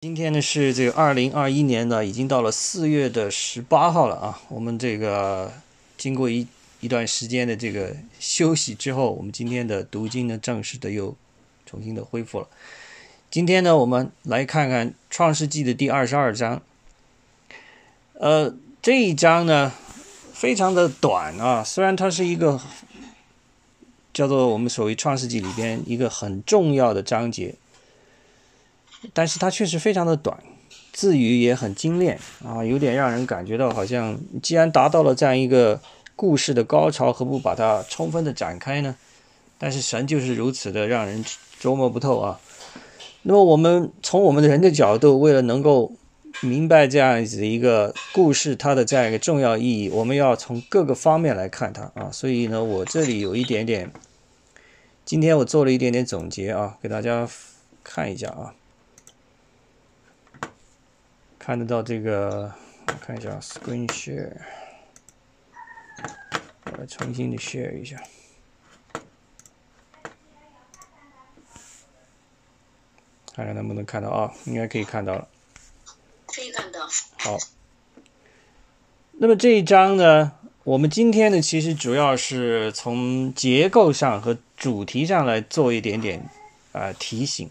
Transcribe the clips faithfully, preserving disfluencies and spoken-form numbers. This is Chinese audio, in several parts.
今天呢是这个二零二一年呢，已经到了四月的十八号了啊。我们这个经过一一段时间的这个休息之后，我们今天的读经呢正式的又重新的恢复了。今天呢，我们来看看创世纪的第二十二章。呃，这一章呢非常的短啊，虽然它是一个叫做我们所谓创世纪里边一个很重要的章节。但是它确实非常的短，字语也很精炼啊，有点让人感觉到好像既然达到了这样一个故事的高潮，何不把它充分的展开呢？但是神就是如此的让人琢磨不透啊。那么我们从我们的人的角度，为了能够明白这样子一个故事它的这样一个重要意义，我们要从各个方面来看它啊。所以呢，我这里有一点点，今天我做了一点点总结啊，给大家看一下啊。看得到这个，我看一下 screen share， 我来重新的 share 一下，看看能不能看到啊？应该可以看到了， 可以看到。 好，那么这一章呢，我们今天呢，其实主要是从结构上和主题上来做一点点啊、呃、提醒。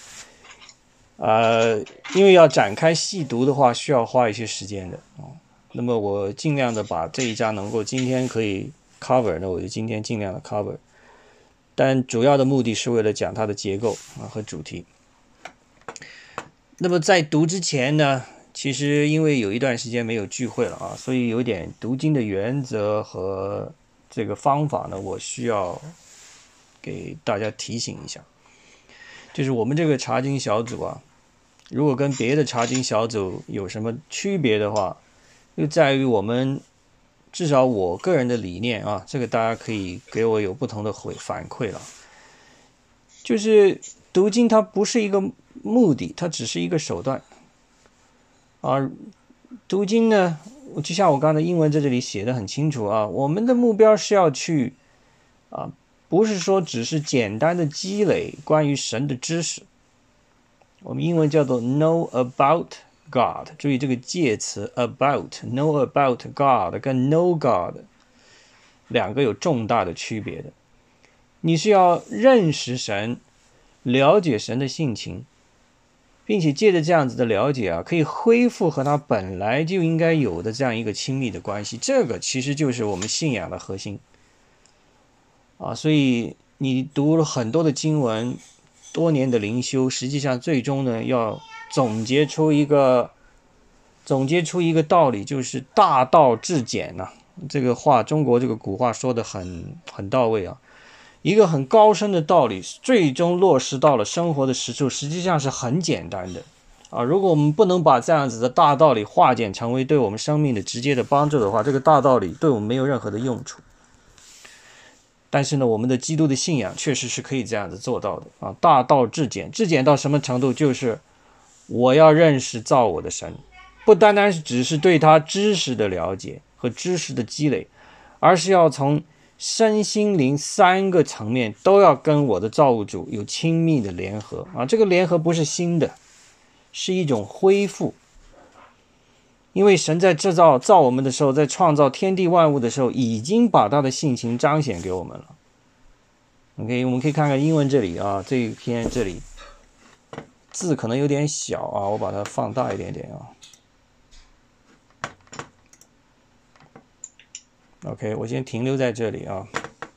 呃，因为要展开细读的话，需要花一些时间的哦。那么我尽量的把这一章能够今天可以 cover， 那我就今天尽量的 cover。但主要的目的是为了讲它的结构啊和主题。那么在读之前呢，其实因为有一段时间没有聚会了啊，所以有点读经的原则和这个方法呢，我需要给大家提醒一下。就是我们这个查经小组啊，如果跟别的查经小组有什么区别的话，就在于我们至少我个人的理念啊，这个大家可以给我有不同的回反馈了。就是读经它不是一个目的，它只是一个手段啊。读经呢，就像我刚才英文在这里写的很清楚啊，我们的目标是要去啊。不是说只是简单的积累关于神的知识，我们英文叫做 know about God， 注意这个介词 about， know about God 跟 know God 两个有重大的区别的。你是要认识神，了解神的性情，并且借着这样子的了解啊，可以恢复和他本来就应该有的这样一个亲密的关系，这个其实就是我们信仰的核心。啊，所以你读了很多的经文，多年的灵修，实际上最终呢，要总结出一个总结出一个道理，就是大道至简呐、啊。这个话，中国这个古话说的很很到位啊。一个很高深的道理，最终落实到了生活的实处，实际上是很简单的啊。如果我们不能把这样子的大道理化简成为对我们生命的直接的帮助的话，这个大道理对我们没有任何的用处。但是呢，我们的基督的信仰确实是可以这样子做到的啊！大道至简，至简到什么程度？就是我要认识造我的神，不单单是只是对他知识的了解和知识的积累，而是要从身心灵三个层面都要跟我的造物主有亲密的联合啊！这个联合不是新的，是一种恢复。因为神在制造造我们的时候，在创造天地万物的时候，已经把他的性情彰显给我们了。OK， 我们可以看看英文这里啊，这一篇这里字可能有点小啊，我把它放大一点点啊。OK， 我先停留在这里啊。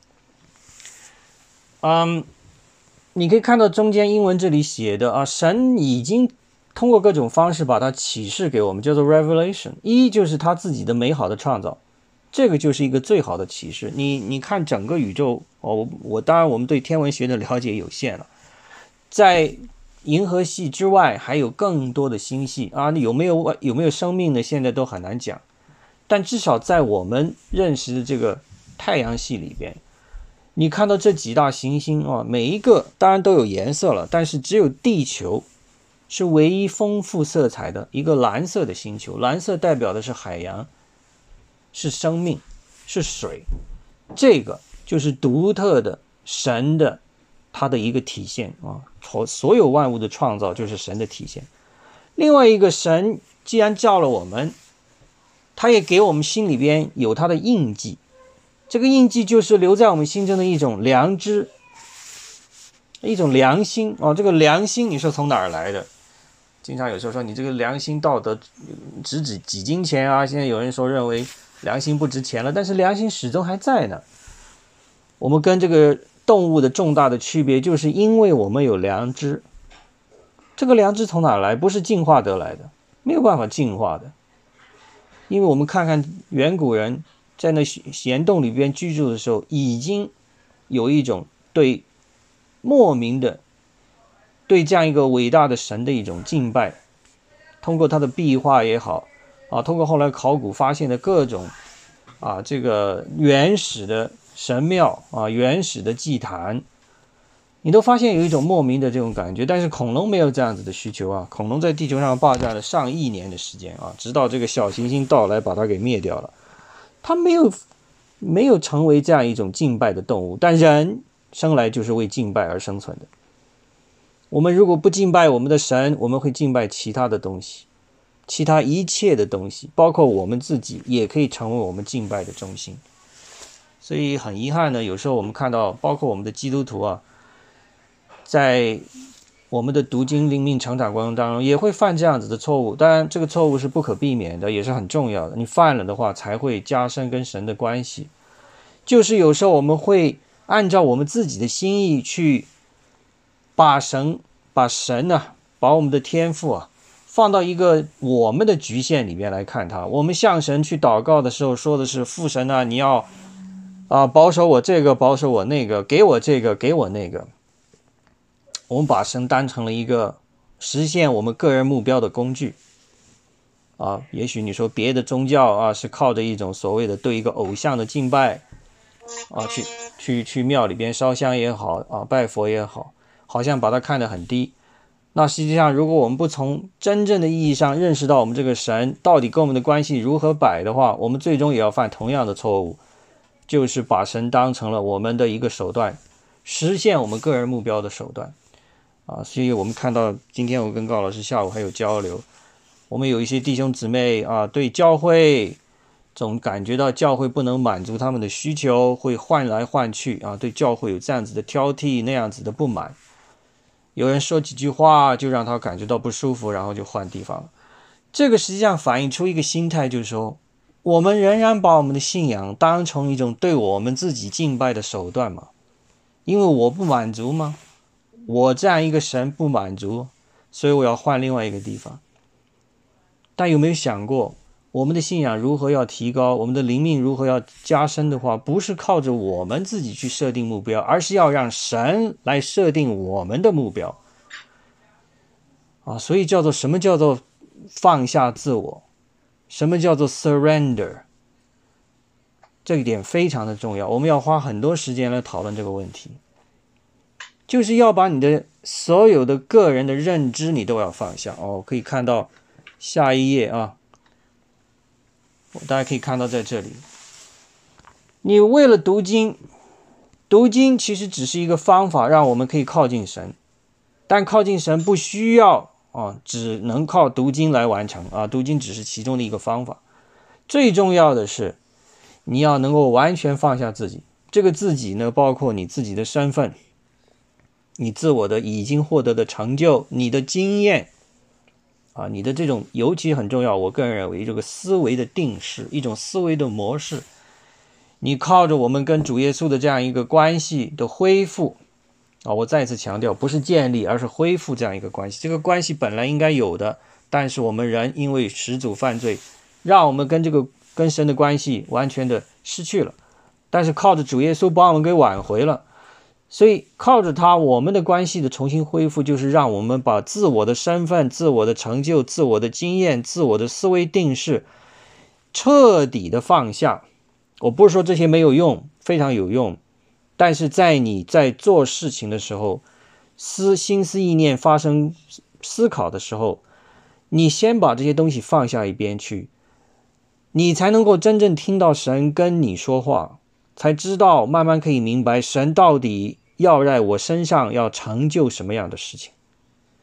嗯，你可以看到中间英文这里写的啊，神已经通过各种方式把它启示给我们，叫做 revelation。一就是他自己的美好的创造，这个就是一个最好的启示。你你看整个宇宙哦，我我当然我们对天文学的了解有限了，在银河系之外还有更多的星系啊，有没有有没有生命呢？现在都很难讲。但至少在我们认识的这个太阳系里边，你看到这几大行星啊，每一个当然都有颜色了，但是只有地球是唯一丰富色彩的一个蓝色的星球，蓝色代表的是海洋，是生命，是水，这个就是独特的神的它的一个体现啊！所有万物的创造就是神的体现。 另外一个，神既然造了我们，他也给我们心里边有他的印记，这个印记就是留在我们心中的一种良知，一种良心哦。这个良心你说从哪儿来的？经常有时候说你这个良心道德值指几金钱啊？现在有人说认为良心不值钱了，但是良心始终还在呢。我们跟这个动物的重大的区别，就是因为我们有良知。这个良知从哪儿来？不是进化得来的，没有办法进化的。因为我们看看远古人在那岩洞里边居住的时候，已经有一种对莫名的对这样一个伟大的神的一种敬拜，通过他的壁画也好啊，通过后来考古发现的各种啊这个原始的神庙啊，原始的祭坛，你都发现有一种莫名的这种感觉。但是恐龙没有这样子的需求啊，恐龙在地球上霸占了上亿年的时间啊，直到这个小行星到来把它给灭掉了，它没有没有成为这样一种敬拜的动物。但人生来就是为敬拜而生存的。我们如果不敬拜我们的神，我们会敬拜其他的东西，其他一切的东西，包括我们自己也可以成为我们敬拜的中心。所以很遗憾呢，有时候我们看到包括我们的基督徒啊，在我们的读经灵命成长过程当中也会犯这样子的错误。当然这个错误是不可避免的，也是很重要的，你犯了的话才会加深跟神的关系。就是有时候我们会按照我们自己的心意去把神把神啊把我们的天赋啊放到一个我们的局限里面来看它。我们向神去祷告的时候说的是，父神啊，你要啊保守我这个，保守我那个，给我这个，给我那个。我们把神当成了一个实现我们个人目标的工具啊。也许你说别的宗教啊是靠着一种所谓的对一个偶像的敬拜啊，去去去庙里边烧香也好啊，拜佛也好，好像把它看得很低。那实际上如果我们不从真正的意义上认识到我们这个神到底跟我们的关系如何摆的话，我们最终也要犯同样的错误，就是把神当成了我们的一个手段，实现我们个人目标的手段啊。所以我们看到今天我跟高老师下午还有交流，我们有一些弟兄姊妹啊，对教会总感觉到教会不能满足他们的需求，会换来换去啊，对教会有这样子的挑剔，那样子的不满。有人说几句话就让他感觉到不舒服，然后就换地方了。这个实际上反映出一个心态，就是说我们仍然把我们的信仰当成一种对我们自己敬拜的手段嘛。因为我不满足吗？我这样一个神不满足，所以我要换另外一个地方。但有没有想过，我们的信仰如何要提高，我们的灵命如何要加深的话，不是靠着我们自己去设定目标，而是要让神来设定我们的目标啊。所以叫做什么叫做放下自我，什么叫做 surrender， 这一点非常的重要。我们要花很多时间来讨论这个问题，就是要把你的所有的个人的认知你都要放下哦。可以看到下一页啊，大家可以看到在这里，你为了读经，读经其实只是一个方法，让我们可以靠近神，但靠近神不需要啊，只能靠读经来完成啊。读经只是其中的一个方法，最重要的是你要能够完全放下自己。这个自己呢，包括你自己的身份，你自我的已经获得的成就，你的经验啊，你的这种尤其很重要。我个人认为这个思维的定式，一种思维的模式，你靠着我们跟主耶稣的这样一个关系的恢复啊，我再次强调，不是建立，而是恢复这样一个关系。这个关系本来应该有的，但是我们人因为始祖犯罪，让我们跟这个跟神的关系完全的失去了。但是靠着主耶稣把我们给挽回了，所以靠着他，我们的关系的重新恢复，就是让我们把自我的身份、自我的成就、自我的经验、自我的思维定式彻底的放下。我不是说这些没有用，非常有用，但是在你在做事情的时候，思心思意念发生思考的时候，你先把这些东西放下一边去，你才能够真正听到神跟你说话，才知道慢慢可以明白神到底要在我身上要成就什么样的事情。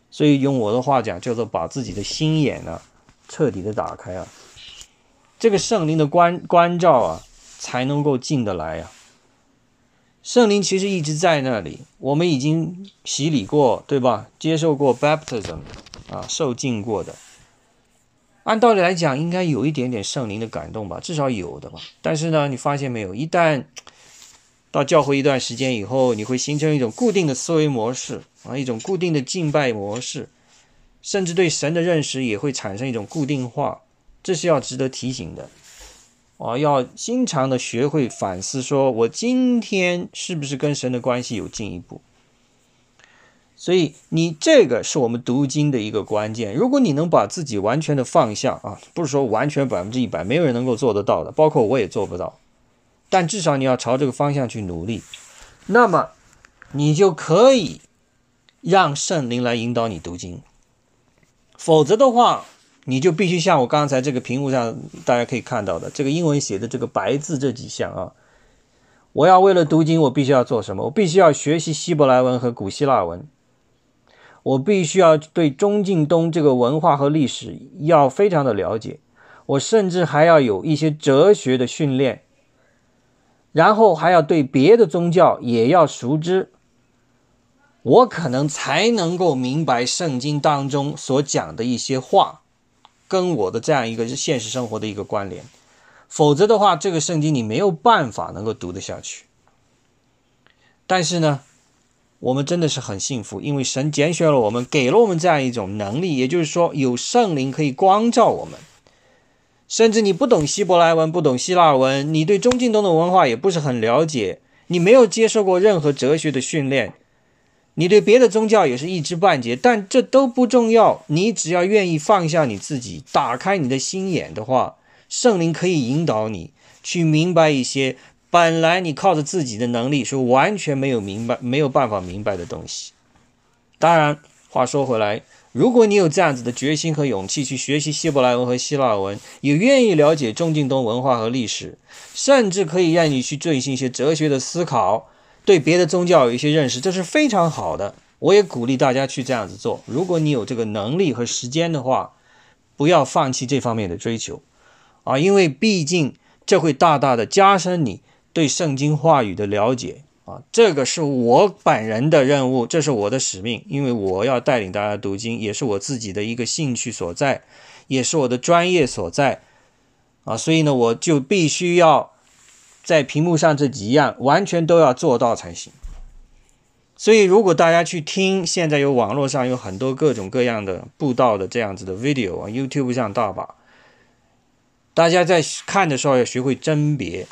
所以用我的话讲，叫做把自己的心眼呢、啊、彻底的打开啊，这个圣灵的关关照啊，才能够进得来啊。圣灵其实一直在那里，我们已经洗礼过，对吧？接受过 baptism 啊，受浸过的。按道理来讲，应该有一点点圣灵的感动吧，至少有的吧。但是呢，你发现没有，一旦到教会一段时间以后，你会形成一种固定的思维模式啊，一种固定的敬拜模式，甚至对神的认识也会产生一种固定化，这是要值得提醒的啊，要经常的学会反思，说我今天是不是跟神的关系有进一步。所以你这个是我们读经的一个关键。如果你能把自己完全的放下啊，不是说完全百分之一百，没有人能够做得到的，包括我也做不到。但至少你要朝这个方向去努力，那么你就可以让圣灵来引导你读经。否则的话，你就必须像我刚才这个屏幕上大家可以看到的，这个英文写的这个白字这几项啊。我要为了读经，我必须要做什么？我必须要学习希伯来文和古希腊文。我必须要对中近东这个文化和历史要非常的了解，我甚至还要有一些哲学的训练，然后还要对别的宗教也要熟知，我可能才能够明白圣经当中所讲的一些话跟我的这样一个现实生活的一个关联。否则的话，这个圣经你没有办法能够读得下去。但是呢，我们真的是很幸福，因为神拣选了我们，给了我们这样一种能力，也就是说有圣灵可以光照我们。甚至你不懂希伯来文，不懂希腊文，你对中近东的文化也不是很了解，你没有接受过任何哲学的训练，你对别的宗教也是一知半解，但这都不重要。你只要愿意放下你自己，打开你的心眼的话，圣灵可以引导你去明白一些本来你靠着自己的能力是完全没有明白没有办法明白的东西。当然话说回来，如果你有这样子的决心和勇气去学习希伯来文和希腊文，也愿意了解中近东文化和历史，甚至可以让你去进行一些哲学的思考，对别的宗教有一些认识，这是非常好的。我也鼓励大家去这样子做。如果你有这个能力和时间的话，不要放弃这方面的追求啊，因为毕竟这会大大的加深你对圣经话语的了解啊，这个是我本人的任务，这是我的使命，因为我要带领大家读经，也是我自己的一个兴趣所在，也是我的专业所在啊，所以呢，我就必须要在屏幕上这几样完全都要做到才行。所以如果大家去听，现在有网络上有很多各种各样的布道的这样子的 video 啊 YouTube 上大把，大家在看的时候要学会甄别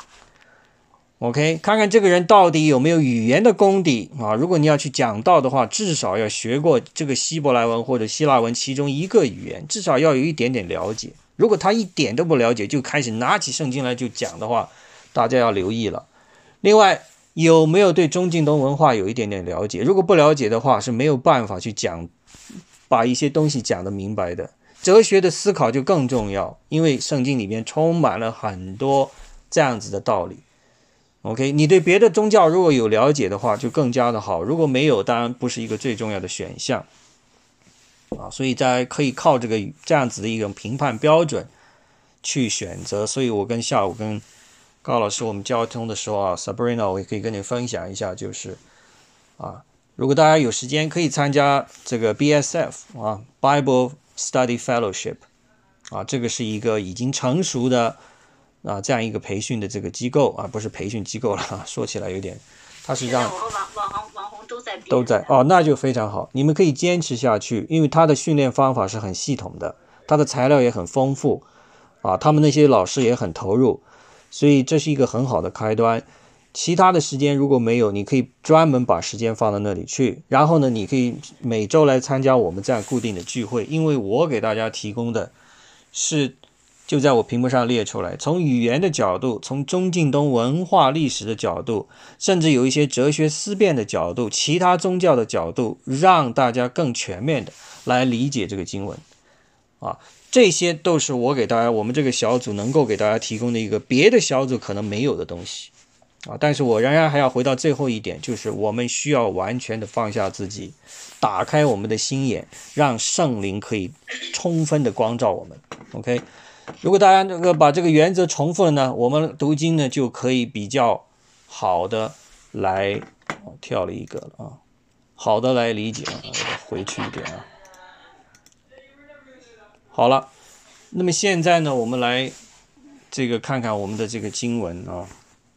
OK， 看看这个人到底有没有语言的功底啊？如果你要去讲道的话，至少要学过这个希伯来文或者希腊文其中一个语言，至少要有一点点了解。如果他一点都不了解，就开始拿起圣经来就讲的话，大家要留意了。另外，有没有对中近东文化有一点点了解？如果不了解的话，是没有办法去讲，把一些东西讲得明白的。哲学的思考就更重要，因为圣经里面充满了很多这样子的道理。OK， 你对别的宗教如果有了解的话，就更加的好。如果没有，当然不是一个最重要的选项啊。所以大家可以靠这个这样子的一个评判标准去选择。所以我跟下午跟高老师我们交通的时候啊 ，Sabrina 我也可以跟你分享一下，就是啊，如果大家有时间可以参加这个 B S F 啊 Bible Study Fellowship 啊，这个是一个已经成熟的。啊，这样一个培训的这个机构啊，不是培训机构了，说起来有点，它是让我和王王王王红都在都在哦，那就非常好，你们可以坚持下去，因为他的训练方法是很系统的，他的材料也很丰富啊，他们那些老师也很投入，所以这是一个很好的开端。其他的时间如果没有，你可以专门把时间放到那里去，然后呢，你可以每周来参加我们这样固定的聚会，因为我给大家提供的是。就在我屏幕上列出来，从语言的角度，从中近东文化历史的角度，甚至有一些哲学思辨的角度，其他宗教的角度，让大家更全面的来理解这个经文啊，这些都是我给大家我们这个小组能够给大家提供的一个别的小组可能没有的东西啊，但是我仍然还要回到最后一点，就是我们需要完全的放下自己，打开我们的心眼，让圣灵可以充分的光照我们。OK， 如果大家这个把这个原则重复了呢，我们读经呢就可以比较好的来，哦、跳了一个了啊，好的来理解啊，回去一点啊。好了，那么现在呢，我们来这个看看我们的这个经文啊。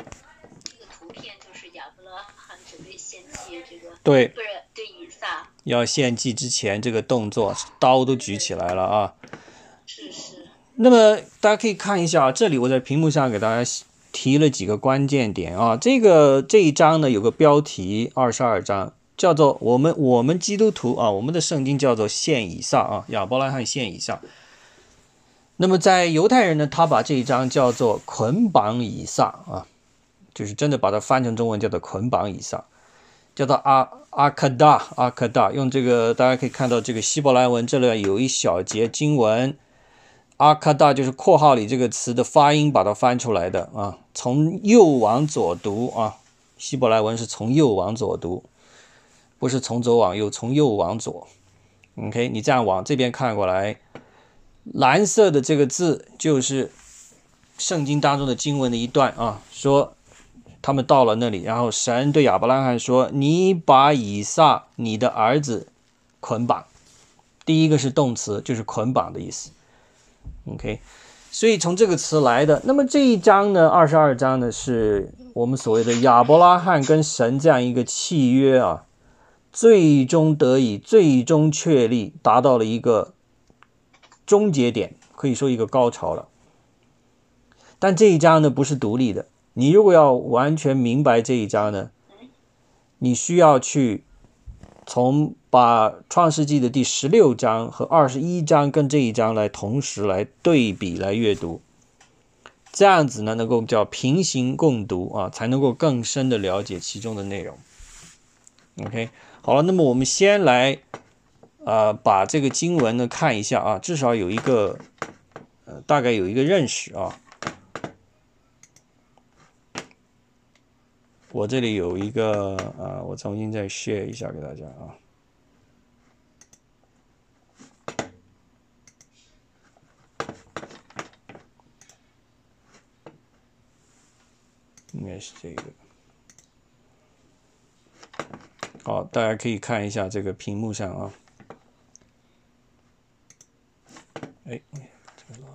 对， 不是对以撒要献祭之前这个动作，刀都举起来了啊。 是是。 那么大家可以看一下，这里我在屏幕上给大家提了几个关键点啊。这个这一章呢有个标题，二十二章叫做我们我们基督徒啊，我们的圣经叫做献以撒啊，亚伯拉罕献以撒。那么在犹太人呢，他把这一章叫做捆绑以撒啊，就是真的把它翻成中文叫做捆绑以撒。叫做阿阿克达阿克达，用这个大家可以看到这个希伯来文这里有一小节经文，阿克达就是括号里这个词的发音把它翻出来的啊，从右往左读啊，希伯来文是从右往左读，不是从左往右，从右往左。OK， 你这样往这边看过来，蓝色的这个字就是圣经当中的经文的一段啊，说。他们到了那里，然后神对亚伯拉罕说：“你把以撒，你的儿子捆绑。”第一个是动词，就是捆绑的意思。OK， 所以从这个词来的。那么这一章呢，二十二章呢，是我们所谓的亚伯拉罕跟神这样一个契约啊，最终得以最终确立，达到了一个终结点，可以说一个高潮了。但这一章呢，不是独立的。你如果要完全明白这一章呢，你需要去从把创世纪的第十六章和二十一章跟这一章来同时来对比来阅读，这样子呢能够叫平行共读啊，才能够更深的了解其中的内容。OK， 好了，那么我们先来呃把这个经文呢看一下啊，至少有一个呃大概有一个认识啊。我这里有一个啊，我重新再 share 一下给大家啊。应该是这个。好，大家可以看一下这个屏幕上啊。哎，这个拉。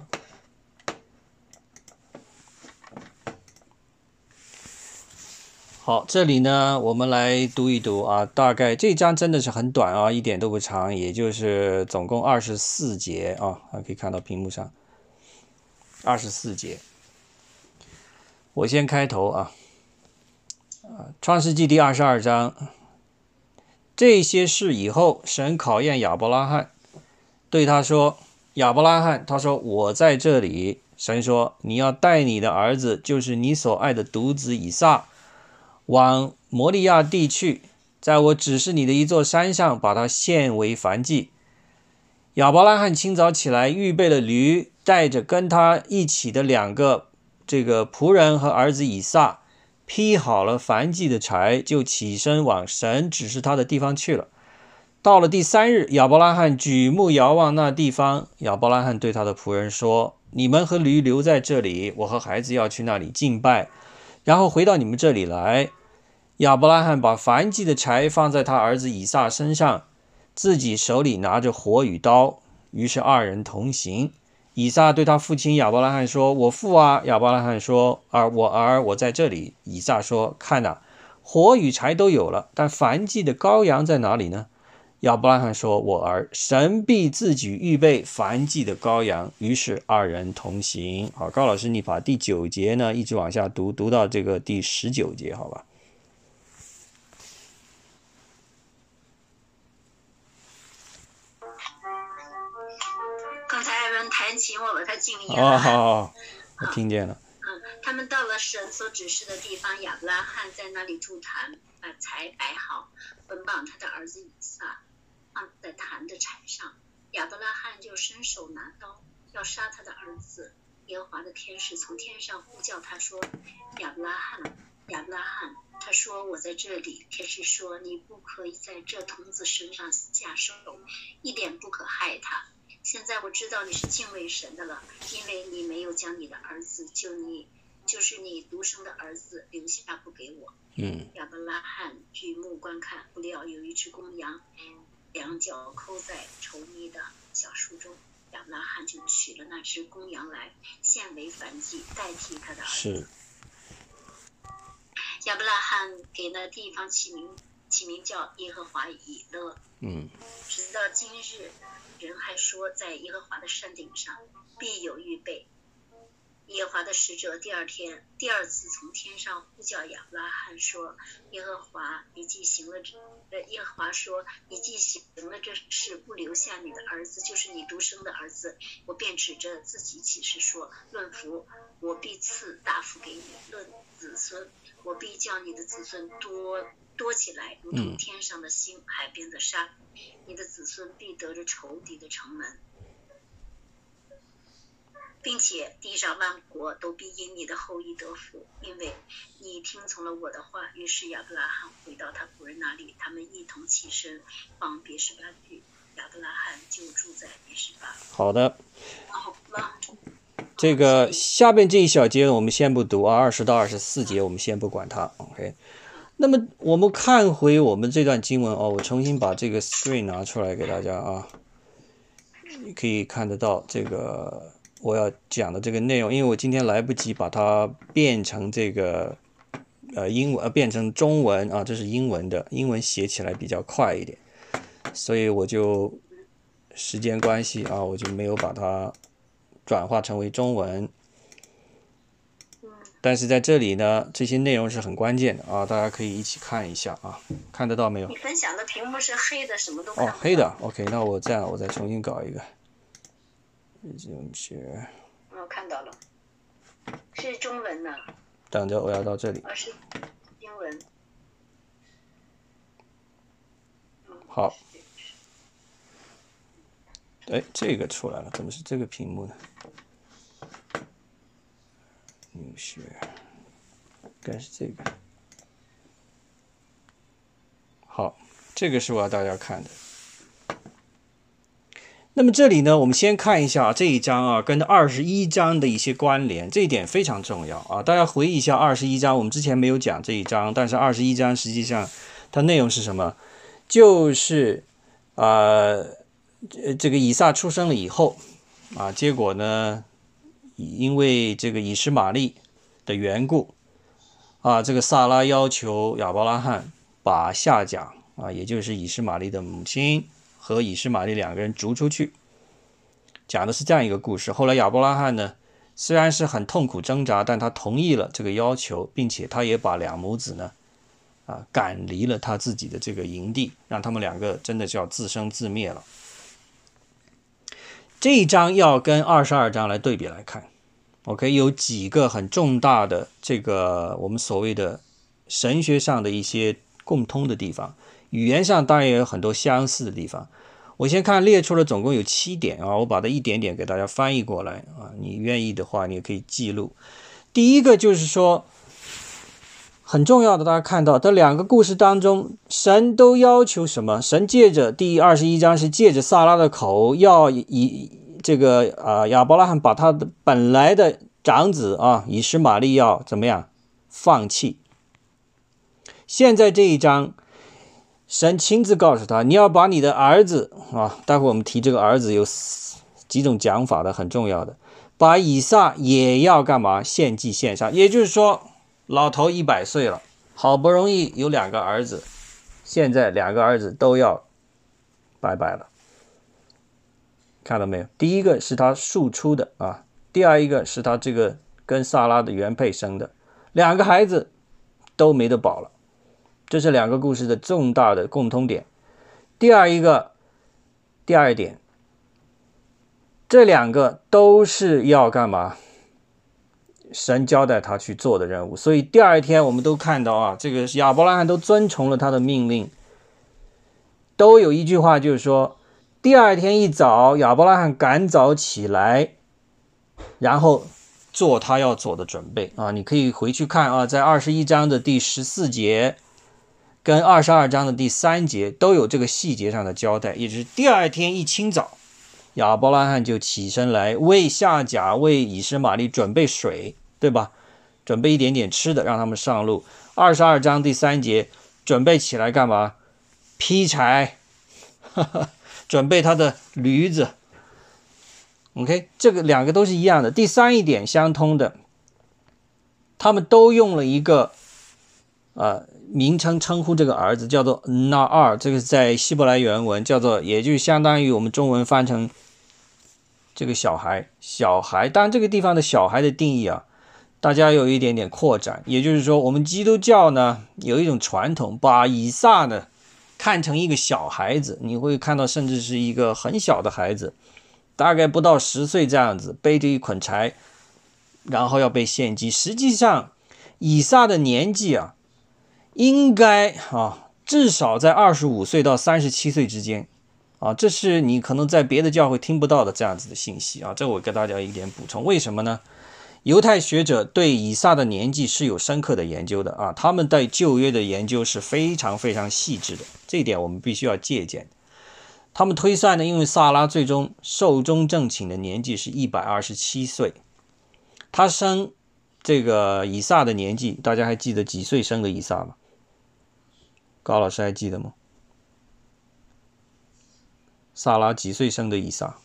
好，这里呢，我们来读一读啊。大概这一章真的是很短啊，一点都不长，也就是总共二十四节啊，大家可以看到屏幕上二十四节。我先开头啊，啊，创世纪第二十二章，这些事以后，神考验亚伯拉罕，对他说：“亚伯拉罕，他说我在这里。”神说：“你要带你的儿子，就是你所爱的独子以撒。”往摩利亚地去，在我指示你的一座山上，把它献为燔祭。亚伯拉罕清早起来，预备了驴，带着跟他一起的两个这个仆人和儿子以撒，劈好了燔祭的柴，就起身往神指示他的地方去了。到了第三日，亚伯拉罕举目遥望那地方，亚伯拉罕对他的仆人说：“你们和驴留在这里，我和孩子要去那里敬拜。”然后回到你们这里来。亚伯拉罕把燔祭的柴放在他儿子以撒身上，自己手里拿着火与刀，于是二人同行。以撒对他父亲亚伯拉罕说：“我父啊！”亚伯拉罕说：“儿，我儿，我在这里。”以撒说：“看哪，火与柴都有了，但燔祭的羔羊在哪里呢？”亚伯拉罕说：“我儿，神必自己预备燔祭的羔羊。”于是二人同行。好，高老师，你把第九节呢一直往下读，读到这个第十九节，好吧？ 刚才艾文弹琴，我把它静音了。 哦，好好好，我听见了。 嗯，他们到了神所指示的地方，亚伯拉罕在那里筑坛，把柴摆好，捆绑他的儿子以撒，放在坛的柴上。亚伯拉罕就伸手拿刀，要杀他的儿子。耶和华的天使从天上呼叫他说：“亚伯拉罕！” 亚伯拉罕，他说我在这里。天使说你不可以在这童子身上下手，一点不可害他。现在我知道你是敬畏神的了，因为你没有将你的儿子，就你就是你独生的儿子留下不给我。 嗯， 亚伯拉罕举目观看，不料有一只公羊，两脚扣在稠密的小树中。亚伯拉罕就取了那只公羊来，献为燔祭，代替他的儿子。 是。 亚伯拉罕给那地方起名起名叫耶和华以勒。 嗯。 直到今日，人还说在耶和华的山顶上必有预备。耶和华的使者第二天第二次从天上呼叫亚伯拉罕说：“耶和华，你既行了这……呃，耶和华说，你既行了这事，不留下你的儿子，就是你独生的儿子，我便指着自己起誓说：论福，我必赐大福给你；论子孙，我必叫你的子孙多多起来，如同天上的星，海边的沙。你的子孙必得着仇敌的城门。”并且地上万国都必因你的后裔得福，因为你听从了我的话。于是亚伯拉罕回到他仆人那里，他们一同起身往别是巴去。亚伯拉罕就住在别是巴。 好的。 好了， 这个下边这一小节我们先不读啊，二十到二十四节我们先不管它。OK。那么我们看回我们这段经文哦，我重新把这个 screen 拿出来给大家啊，你可以看得到这个。我要讲的这个内容，因为我今天来不及把它变成这个呃英文，呃变成中文啊，这是英文的，英文写起来比较快一点，所以我就时间关系啊，我就没有把它转化成为中文。但是在这里呢，这些内容是很关键的啊，大家可以一起看一下啊，看得到没有？ 你分享的屏幕是黑的，什么都看不到。 哦，黑的 ，OK， 那我这样，我再重新搞一个。学， 我看到了，是中文呢。 等着，我要到这里。 啊，是英文。 好。哎，这个出来了，怎么是这个屏幕呢？入学，应该是这个。好，这个是我要大家看的。那么这里呢，我们先看一下这一章啊，跟二十一章的一些关联，这一点非常重要啊。大家回忆一下二十一章，我们之前没有讲这一章，但是二十一章实际上它内容是什么？就是呃，这个以撒出生了以后啊，结果呢，因为这个以实玛利的缘故啊，这个撒拉要求亚伯拉罕把夏甲啊，也就是以实玛利的母亲和以实玛利两个人逐出去，讲的是这样一个故事。后来亚伯拉罕呢，虽然是很痛苦挣扎，但他同意了这个要求，并且他也把两母子呢，啊，赶离了他自己的这个营地，让他们两个真的叫自生自灭了。这一章要跟二十二章来对比来看 ，OK， 有几个很重大的这个我们所谓的神学上的一些共通的地方。语言上当然也有很多相似的地方，我先看列出了总共有七点啊，我把它一点点给大家翻译过来啊，你愿意的话你也可以记录。第一个就是说很重要的，大家看到这两个故事当中，神都要求什么？神借着第二十一章是借着撒拉的口，要以这个啊亚伯拉罕把他的本来的长子啊以实玛利要怎么样放弃。现在这一章。神亲自告诉他，你要把你的儿子啊，待会我们提这个儿子有几种讲法的，很重要的，把以撒也要干嘛？献祭献上。也就是说，老头一百岁了，好不容易有两个儿子，现在两个儿子都要拜拜了。看到没有？第一个是他庶出的啊，第二一个是他这个跟撒拉的原配生的，两个孩子都没得保了。这是两个故事的重大的共通点。第二一个，第二点，这两个都是要干嘛？神交代他去做的任务。所以第二天我们都看到啊，这个亚伯拉罕都遵从了他的命令。都有一句话就是说，第二天一早，亚伯拉罕赶早起来，然后做他要做的准备啊。你可以回去看啊，在二十一章的第十四节跟二十二章的第三节都有这个细节上的交代。也就是第二天一清早，亚伯拉罕就起身来为夏甲为以实玛利准备水，对吧？准备一点点吃的让他们上路。二十二章第三节准备起来干嘛？劈柴，呵呵，准备他的驴子。OK， 这个两个都是一样的。第三一点相通的，他们都用了一个呃名称称呼这个儿子，叫做那二，这个在希伯来原文叫做，也就相当于我们中文翻成这个小孩。小孩，当然这个地方的小孩的定义啊，大家有一点点扩展，也就是说，我们基督教呢有一种传统，把以撒呢看成一个小孩子，你会看到甚至是一个很小的孩子，大概不到十岁这样子，背着一捆柴，然后要被献祭。实际上，以撒的年纪啊，应该啊至少在二十五岁到三十七岁之间啊，这是你可能在别的教会听不到的这样子的信息啊。这我给大家一点补充，为什么呢？犹太学者对以撒的年纪是有深刻的研究的啊，他们对旧约的研究是非常非常细致的，这一点我们必须要借鉴。他们推算呢，因为撒拉最终寿终正寝的年纪是一百二十七岁，他生这个以撒的年纪，大家还记得几岁生的以撒吗？高老师还记得吗？撒拉几岁生的以撒？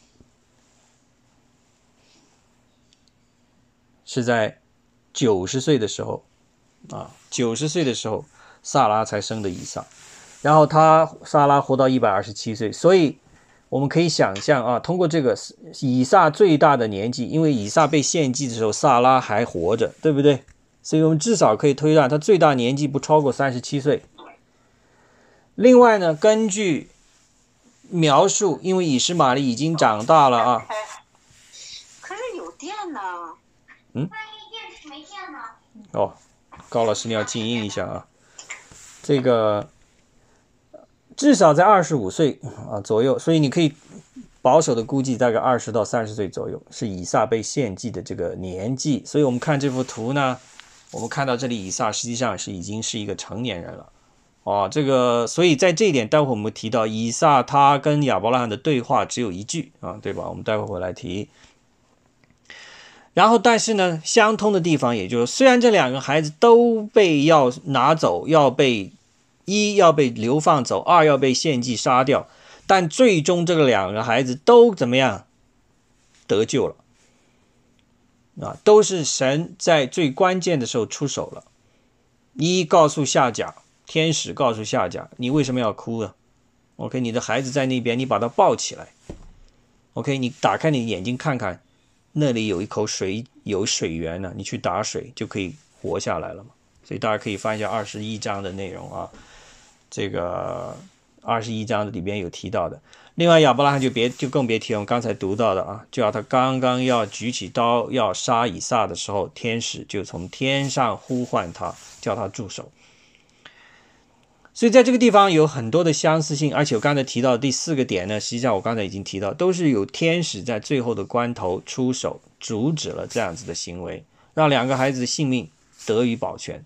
是在九十岁的时候啊，九十岁的时候，撒拉才生的以撒。然后他撒拉活到一百二十七岁，所以我们可以想象啊，通过这个以撒最大的年纪，因为以撒被献祭的时候，撒拉还活着，对不对？所以我们至少可以推断他最大年纪不超过三十七岁。另外呢，根据描述，因为以实玛利已经长大了啊。 可是有电呢。 嗯。哦，高老师你要静音一下啊。这个至少在二十五岁啊左右，所以你可以保守的估计大概二十到三十岁左右是以撒被献祭的这个年纪。所以我们看这幅图呢，我们看到这里以撒实际上是已经是一个成年人了。哦，这个所以在这一点，待会我们提到以撒他跟亚伯拉罕的对话只有一句啊，对吧？我们待会回来提。然后，但是呢，相通的地方也就是，虽然这两个孩子都被要拿走，要被一要被流放走，二要被献祭杀掉，但最终这个两个孩子都怎么样得救了啊？都是神在最关键的时候出手了。一告诉夏甲，天使告诉夏甲，你为什么要哭呢 ？OK， 你的孩子在那边，你把他抱起来。OK， 你打开你的眼睛看看。那里有一口水，有水源呢，你去打水就可以活下来了嘛。所以大家可以翻一下二十一章的内容啊，这个二十一章里边有提到的。另外亚伯拉罕就别就更别提我们刚才读到的啊，就要他刚刚要举起刀要杀以撒的时候，天使就从天上呼唤他，叫他住手。所以在这个地方有很多的相似性，而且我刚才提到的第四个点呢，实际上我刚才已经提到，都是有天使在最后的关头出手阻止了这样子的行为，让两个孩子的性命得以保全。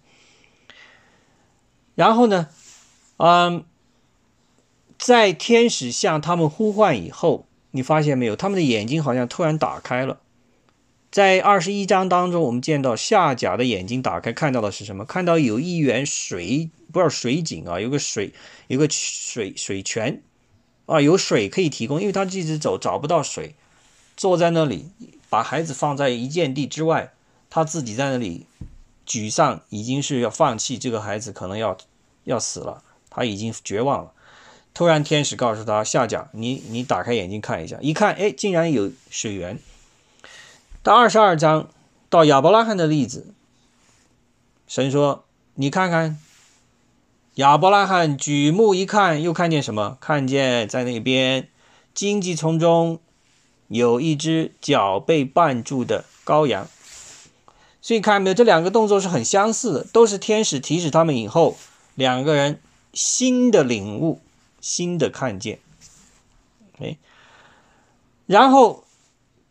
然后呢，嗯，在天使向他们呼唤以后，你发现没有，他们的眼睛好像突然打开了。在二十一章当中，我们见到夏甲的眼睛打开，看到的是什么？看到有一源水，不是水井啊，有个水，有个水水泉啊，有水可以提供，因为他一直走找不到水，坐在那里，把孩子放在一箭地之外，他自己在那里沮丧，已经是要放弃，这个孩子可能要要死了，他已经绝望了。突然天使告诉他，夏甲，你你打开眼睛看一下，一看，哎，竟然有水源。到二十二章，到亚伯拉罕的例子，神说：“你看看。”亚伯拉罕举目一看，又看见什么？看见在那边荆棘丛中有一只脚被绊住的羔羊。所以看没有，这两个动作是很相似的，都是天使提示他们以后，两个人新的领悟，新的看见。Okay? 然后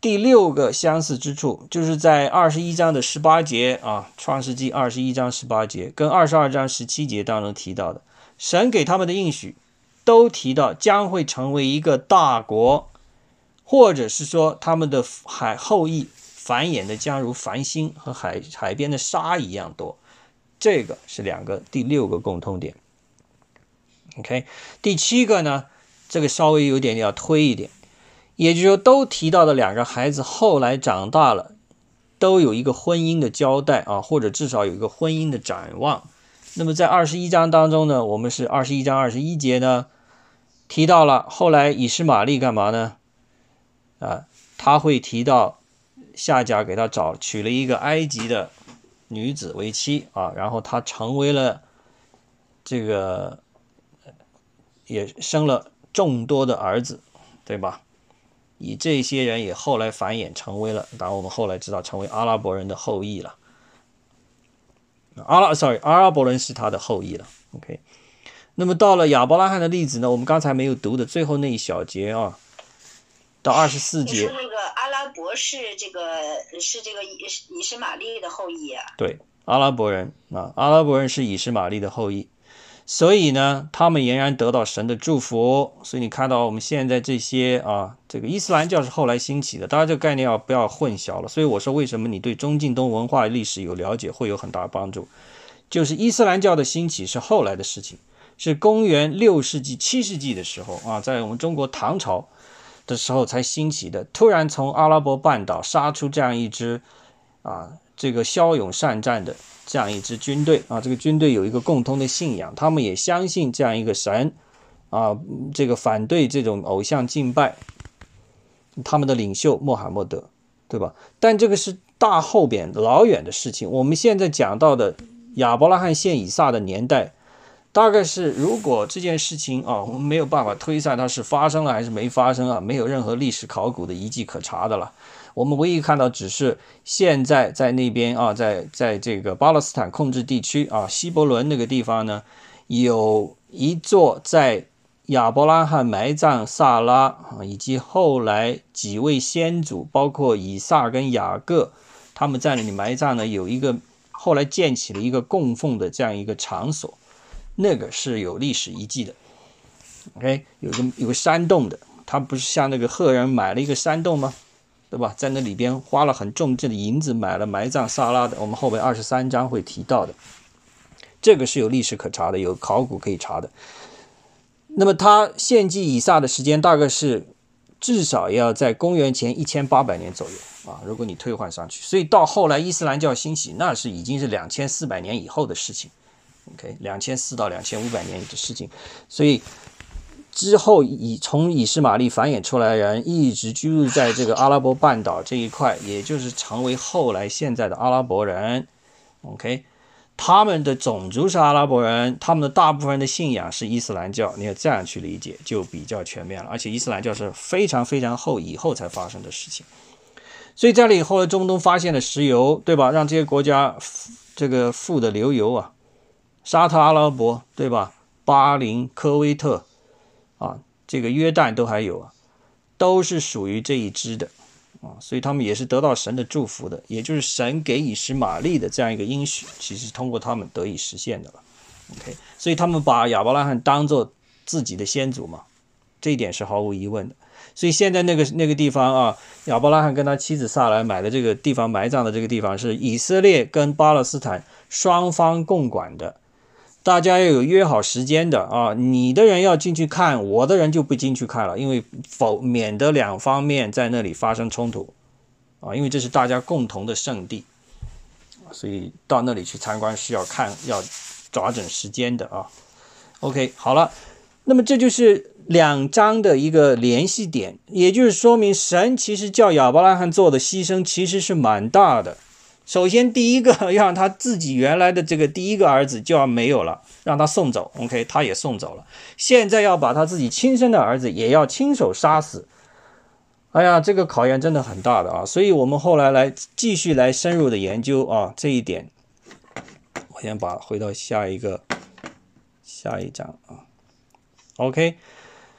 第六个相似之处，就是在二十一章的十八节啊，创世纪二十一章十八节跟二十二章十七节当中提到的，神给他们的应许都提到将会成为一个大国，或者是说他们的海后裔繁衍的将如繁星和海海边的沙一样多。这个是两个第六个共通点。OK， 第七个呢，这个稍微有点要推一点，也就是说都提到的两个孩子后来长大了，都有一个婚姻的交代啊，或者至少有一个婚姻的展望。那么在二十一章当中呢，我们是二十一章二十一节呢提到了后来以实玛利干嘛呢？啊，他会提到夏甲给他找娶了一个埃及的女子为妻啊，然后他成为了这个也生了众多的儿子，对吧？以这些人也后来繁衍成为了，当然我们后来知道成为阿拉伯人的后裔了。阿拉 sorry 阿拉伯人是他的后裔了。OK， 那么到了亚伯拉罕的例子呢，我们刚才没有读的最后那一小节啊，到二十四节。 你说那个阿拉伯是这个是这个以以实玛利的后裔啊？ 对，阿拉伯人啊，阿拉伯人是以实玛利的后裔。所以呢，他们仍然得到神的祝福。所以你看到我们现在这些啊，这个伊斯兰教是后来兴起的，大家这个概念要不要混淆了？所以我说，为什么你对中近东文化历史有了解，会有很大的帮助？就是伊斯兰教的兴起是后来的事情，是公元六世纪、七世纪的时候啊，在我们中国唐朝的时候才兴起的。突然从阿拉伯半岛杀出这样一支啊，这个骁勇善战的这样一支军队啊，这个军队有一个共同的信仰，他们也相信这样一个神啊，这个反对这种偶像敬拜，他们的领袖穆罕默德，对吧？但这个是大后边老远的事情。我们现在讲到的亚伯拉罕献以撒的年代，大概是如果这件事情啊，我们没有办法推算它是发生了还是没发生啊，没有任何历史考古的遗迹可查的了。我们唯一看到只是现在在那边啊，在在这个巴勒斯坦控制地区啊，希伯伦那个地方呢，有一座在亚伯拉罕埋葬萨拉啊，以及后来几位先祖，包括以撒跟雅各，他们在那里埋葬呢，有一个后来建起了一个供奉的这样一个场所，那个是有历史遗迹的。OK， 有个有个山洞的，他不是像那个赫人买了一个山洞吗？对吧？在那里边花了很重这的银子买了埋葬萨拉的，我们后面二十三章会提到的，这个是有历史可查的，有考古可以查的。那么他献祭以撒的时间大概是至少要在公元前一千八百年左右啊，如果你退换上去，所以到后来伊斯兰教兴起，那是已经是两千四百年以后的事情。OK， 两千四到两千五百年的事情，所以之后以从以实玛利繁衍出来的人一直居住在这个阿拉伯半岛这一块，也就是成为后来现在的阿拉伯人。OK， 他们的种族是阿拉伯人，他们的大部分人的信仰是伊斯兰教，你要这样去理解就比较全面了。而且伊斯兰教是非常非常后以后才发生的事情。所以在这以后，中东发现了石油，对吧？让这些国家这个富的流油啊，沙特阿拉伯，对吧？巴林、科威特啊，这个约旦都还有啊，都是属于这一支的啊，所以他们也是得到神的祝福的，也就是神给以实玛利的这样一个应许，其实通过他们得以实现的了。OK， 所以他们把亚伯拉罕当作自己的先祖嘛，这一点是毫无疑问的。所以现在那个那个地方啊，亚伯拉罕跟他妻子萨来买的这个地方埋葬的这个地方是以色列跟巴勒斯坦双方共管的。大家要有约好时间的啊，你的人要进去看，我的人就不进去看了，因为否免得两方面在那里发生冲突啊，因为这是大家共同的圣地，所以到那里去参观是要看要抓准时间的啊。OK， 好了，那么这就是两章的一个联系点，也就是说明神其实叫亚伯拉罕做的牺牲其实是蛮大的。首先第一个让他自己原来的这个第一个儿子就要没有了，让他送走 OK， 他也送走了，现在要把他自己亲生的儿子也要亲手杀死。哎呀，这个考验真的很大的啊，所以我们后来来继续来深入的研究啊这一点。我先把回到下一个下一章啊 OK，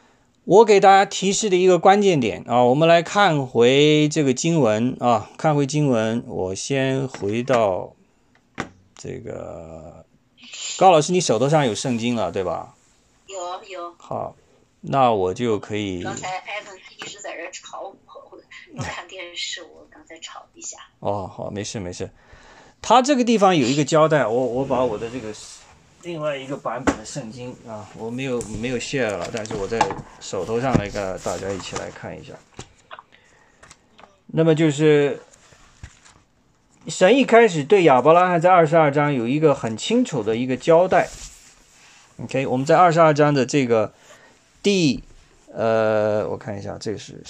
我给大家提示的一个关键点啊，我们来看回这个经文啊，看回经文，我先回到这个高老师，你手头上有圣经了对吧？ 有有。 好，那我就可以。 刚才艾文一直在这吵我，我看电视，我刚才吵一下。 哦，好，没事没事。他这个地方有一个交代，我我把我的这个另外一个版本的圣经啊，我没有没有 share 了，但是我在手头上来跟大家一起来看一下。那么就是神一开始对亚伯拉罕在二十二章有一个很清楚的一个交代。OK， 我们在二十二章的这个第呃，我看一下，这个是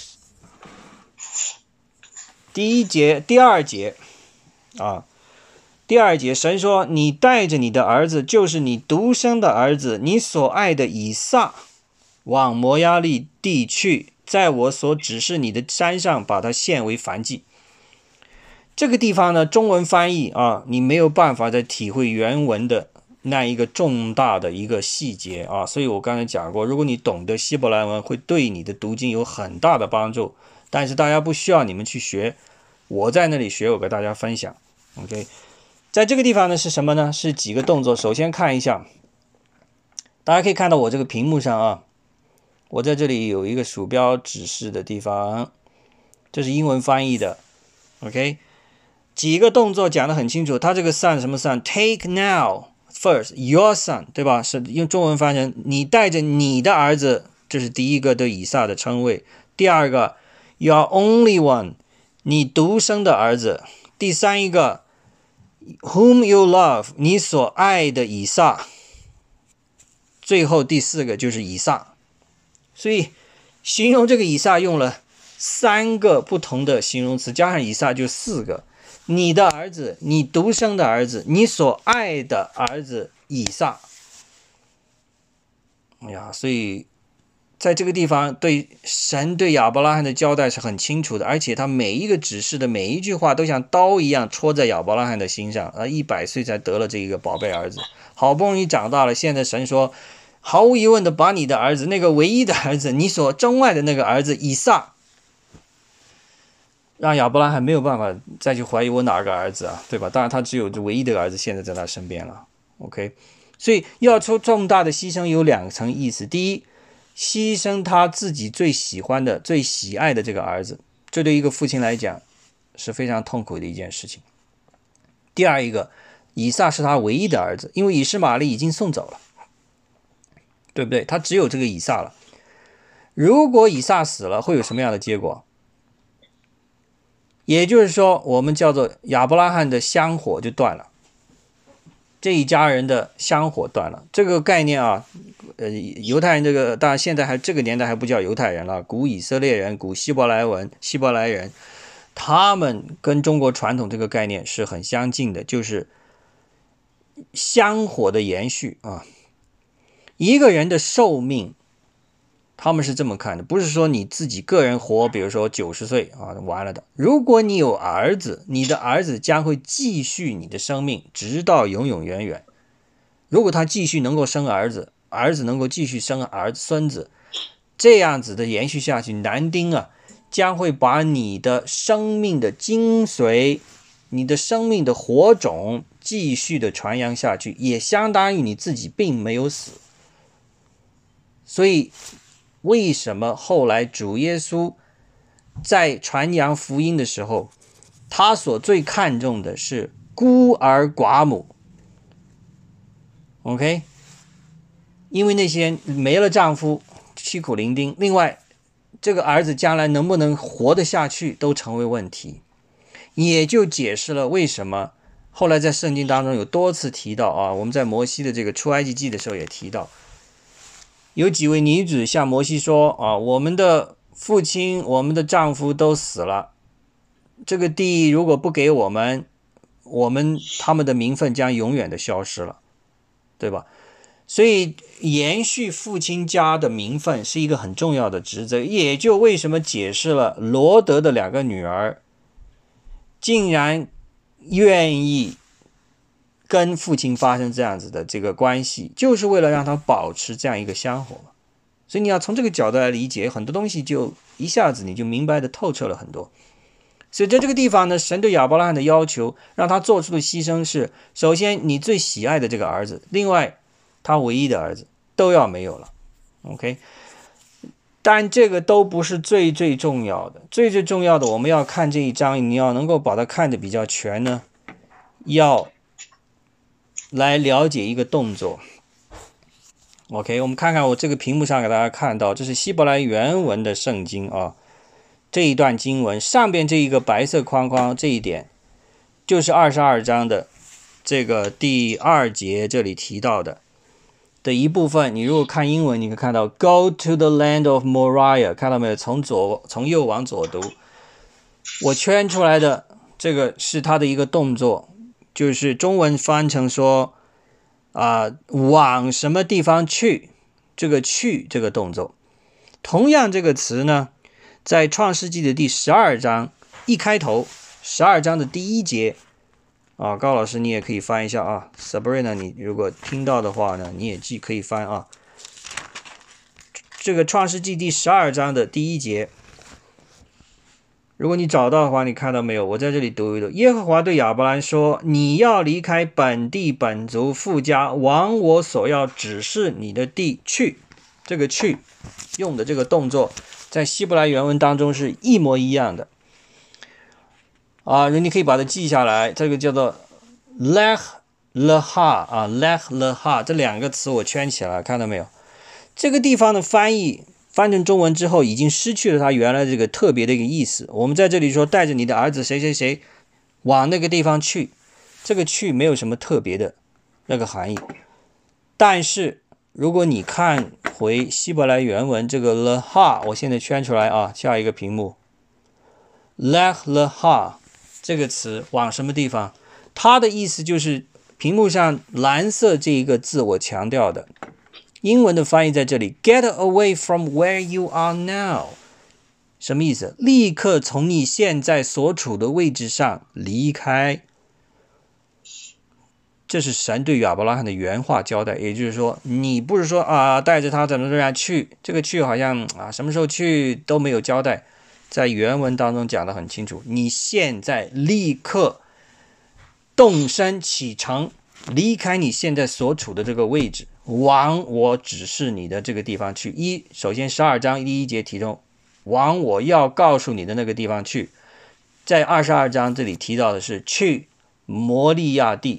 第一节、第二节啊。第二节，神说：“你带着你的儿子，就是你独生的儿子，你所爱的以撒，往摩押利地去，在我所指示你的山上，把它献为燔祭。”这个地方呢，中文翻译啊，你没有办法再体会原文的那一个重大的一个细节啊，所以我刚才讲过，如果你懂得希伯来文，会对你的读经有很大的帮助。但是大家不需要你们去学，我在那里学，我给大家分享。OK。在这个地方呢是什么呢？是几个动作。首先看一下，大家可以看到我这个屏幕上啊，我在这里有一个鼠标指示的地方，这是英文翻译的 OK， 几个动作讲得很清楚。它这个 son 什么 son， take now first your son， 对吧？是用中文翻成你带着你的儿子，这是第一个对以撒的称谓。第二个 your only one， 你独生的儿子。第三一个Whom you love， 你所爱的以撒。最后第四个就是以撒。所以形容这个以撒用了三个不同的形容词，加上以撒就四个。你的儿子，你独生的儿子，你所爱的儿子以撒。哎呀，所以在这个地方对神对亚伯拉罕的交代是很清楚的，而且他每一个指示的每一句话都像刀一样戳在亚伯拉罕的心上，而一百岁才得了这一个宝贝儿子，好不容易长大了，现在神说毫无疑问的把你的儿子，那个唯一的儿子，你所钟爱的那个儿子以撒，让亚伯拉罕没有办法再去怀疑我哪个儿子啊，对吧？当然他只有唯一的儿子现在在他身边了 OK， 所以要出重大的牺牲有两层意思。第一，牺牲他自己最喜欢的最喜爱的这个儿子，这对一个父亲来讲是非常痛苦的一件事情。第二一个，以撒是他唯一的儿子，因为以实玛利已经送走了，对不对？他只有这个以撒了。如果以撒死了，会有什么样的结果？也就是说，我们叫做亚伯拉罕的香火就断了，这一家人的香火断了。这个概念啊，呃，犹太人这个当然现在还这个年代还不叫犹太人了，古以色列人、古希伯来文、希伯来人，他们跟中国传统这个概念是很相近的，就是香火的延续啊。一个人的寿命，他们是这么看的，不是说你自己个人活，比如说九十岁啊，完了的。如果你有儿子，你的儿子将会继续你的生命，直到永永远远。如果他继续能够生儿子，儿子能够继续生儿子、孙子，这样子的延续下去，男丁啊，将会把你的生命的精髓、你的生命的火种继续的传扬下去，也相当于你自己并没有死。所以为什么后来主耶稣在传扬福音的时候，他所最看重的是孤儿寡母 OK， 因为那些没了丈夫凄苦伶仃，另外这个儿子将来能不能活得下去都成为问题，也就解释了为什么后来在圣经当中有多次提到啊，我们在摩西的这个出埃及记的时候也提到，有几位女子向摩西说啊，我们的父亲、我们的丈夫都死了，这个地如果不给我们，我们他们的名分将永远的消失了，对吧？所以延续父亲家的名分是一个很重要的职责，也就为什么解释了罗德的两个女儿竟然愿意跟父亲发生这样子的这个关系，就是为了让他保持这样一个香火嘛。 所以你要从这个角度来理解，很多东西就一下子你就明白的透彻了很多。所以在这个地方呢，神对亚伯拉罕的要求，让他做出的牺牲是：首先你最喜爱的这个儿子，另外他唯一的儿子都要没有了。OK， 但这个都不是最最重要的，最最重要的，我们要看这一章，你要能够把它看得比较全呢，要来了解一个动作。OK， 我们看看我这个屏幕上给大家看到，这是希伯来原文的圣经啊。这一段经文上边这一个白色框框，这一点就是二十二章的这个第二节这里提到的的一部分。你如果看英文，你可以看到 Go to the land of Moriah， 看到没有？从左从右往左读。我圈出来的这个是它的一个动作，就是中文翻成说啊、呃，往什么地方去？这个去这个动作。同样这个词呢，在创世纪的第十二章一开头，十二章的第一节啊，高老师你也可以翻一下啊 ，Sabrina 你如果听到的话呢，你也记可以翻啊。这个创世纪第十二章的第一节，如果你找到的话，你看到没有？我在这里读一读。耶和华对亚伯兰说：“你要离开本地本族父家，往我所要指示你的地去。”这个去用的这个动作，在希伯来原文当中是一模一样的啊，你可以把它记下来。这个叫做 lech leha 啊 ，lech leha 这两个词我圈起来，看到没有？这个地方的翻译翻成中文之后，已经失去了它原来这个特别的一个意思。我们在这里说带着你的儿子谁谁谁往那个地方去，这个去没有什么特别的那个含义。但是如果你看回希伯来原文这个 leha， 我现在圈出来啊，下一个屏幕 lech leha 这个词往什么地方？它的意思就是屏幕上蓝色这一个字我强调的，英文的翻译在这里 get away from where you are now， 什么意思？立刻从你现在所处的位置上离开。这是神对亚伯拉罕的原话交代，也就是说，你不是说啊带着他怎么怎么样去，这个去好像啊什么时候去都没有交代，在原文当中讲得很清楚，你现在立刻动身启程，离开你现在所处的这个位置，往我指示你的这个地方去。一，首先十二章第一节提中，往我要告诉你的那个地方去。在二十二章这里提到的是去摩利亚地。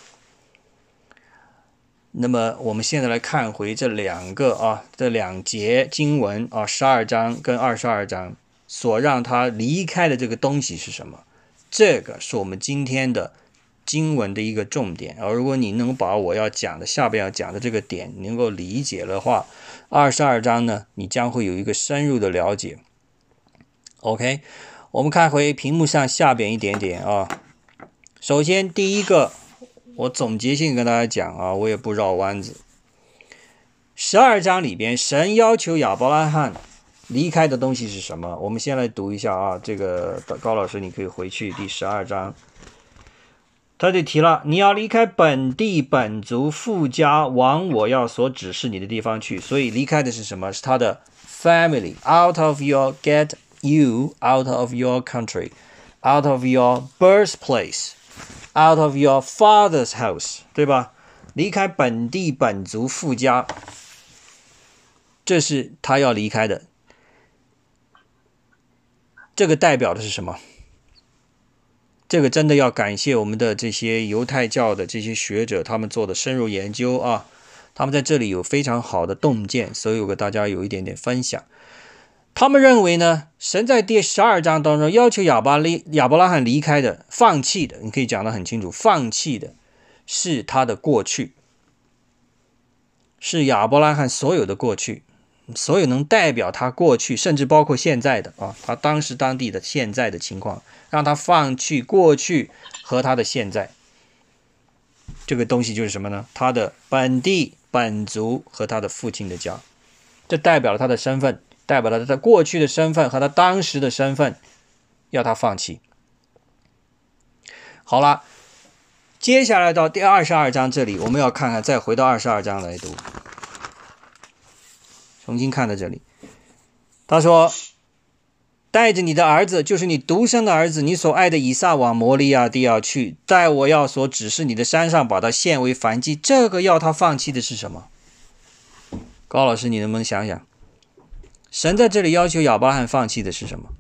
那么我们现在来看回这两个啊，这两节经文啊，十二章跟二十二章所让他离开的这个东西是什么？这个是我们今天的经文的一个重点。而如果你能把我要讲的下边要讲的这个点能够理解的话，二十二章呢，你将会有一个深入的了解。OK， 我们看回屏幕上下边一点点啊。首先第一个。我总结性跟大家讲啊，我也不绕弯子。十二章里边，神要求亚伯拉罕离开的东西是什么？我们先来读一下啊，这个高老师你可以回去第十二章，他就提了，你要离开本地本族父家，往我要所指示你的地方去。所以离开的是什么？是他的 family out of your get you out of your country out of your birthplace。Out of your father's house， 对吧？离开本地本族父家，这是他要离开的。这个代表的是什么？这个真的要感谢我们的这些犹太教的这些学者，他们做的深入研究啊，他们在这里有非常好的洞见，所以我给大家有一点点分享。他们认为呢，神在第十二章当中要求亚伯利亚伯拉罕离开的、放弃的，你可以讲得很清楚，放弃的是他的过去，是亚伯拉罕所有的过去，所有能代表他过去，甚至包括现在的啊，他当时当地的现在的情况，让他放弃过去和他的现在。这个东西就是什么呢？他的本地本族和他的父亲的家，这代表了他的身份。代表了他的过去的身份和他当时的身份，要他放弃。好了，接下来到第二十二章这里，我们要看看，再回到二十二章来读。 重新看到这里，他说带着你的儿子，就是你独生的儿子，你所爱的以撒往摩利亚地要去，在我要所指示你的山上把他献为燔祭。这个要他放弃的是什么？高老师你能不能想想，神在这里要求亚伯拉罕放弃的是什么？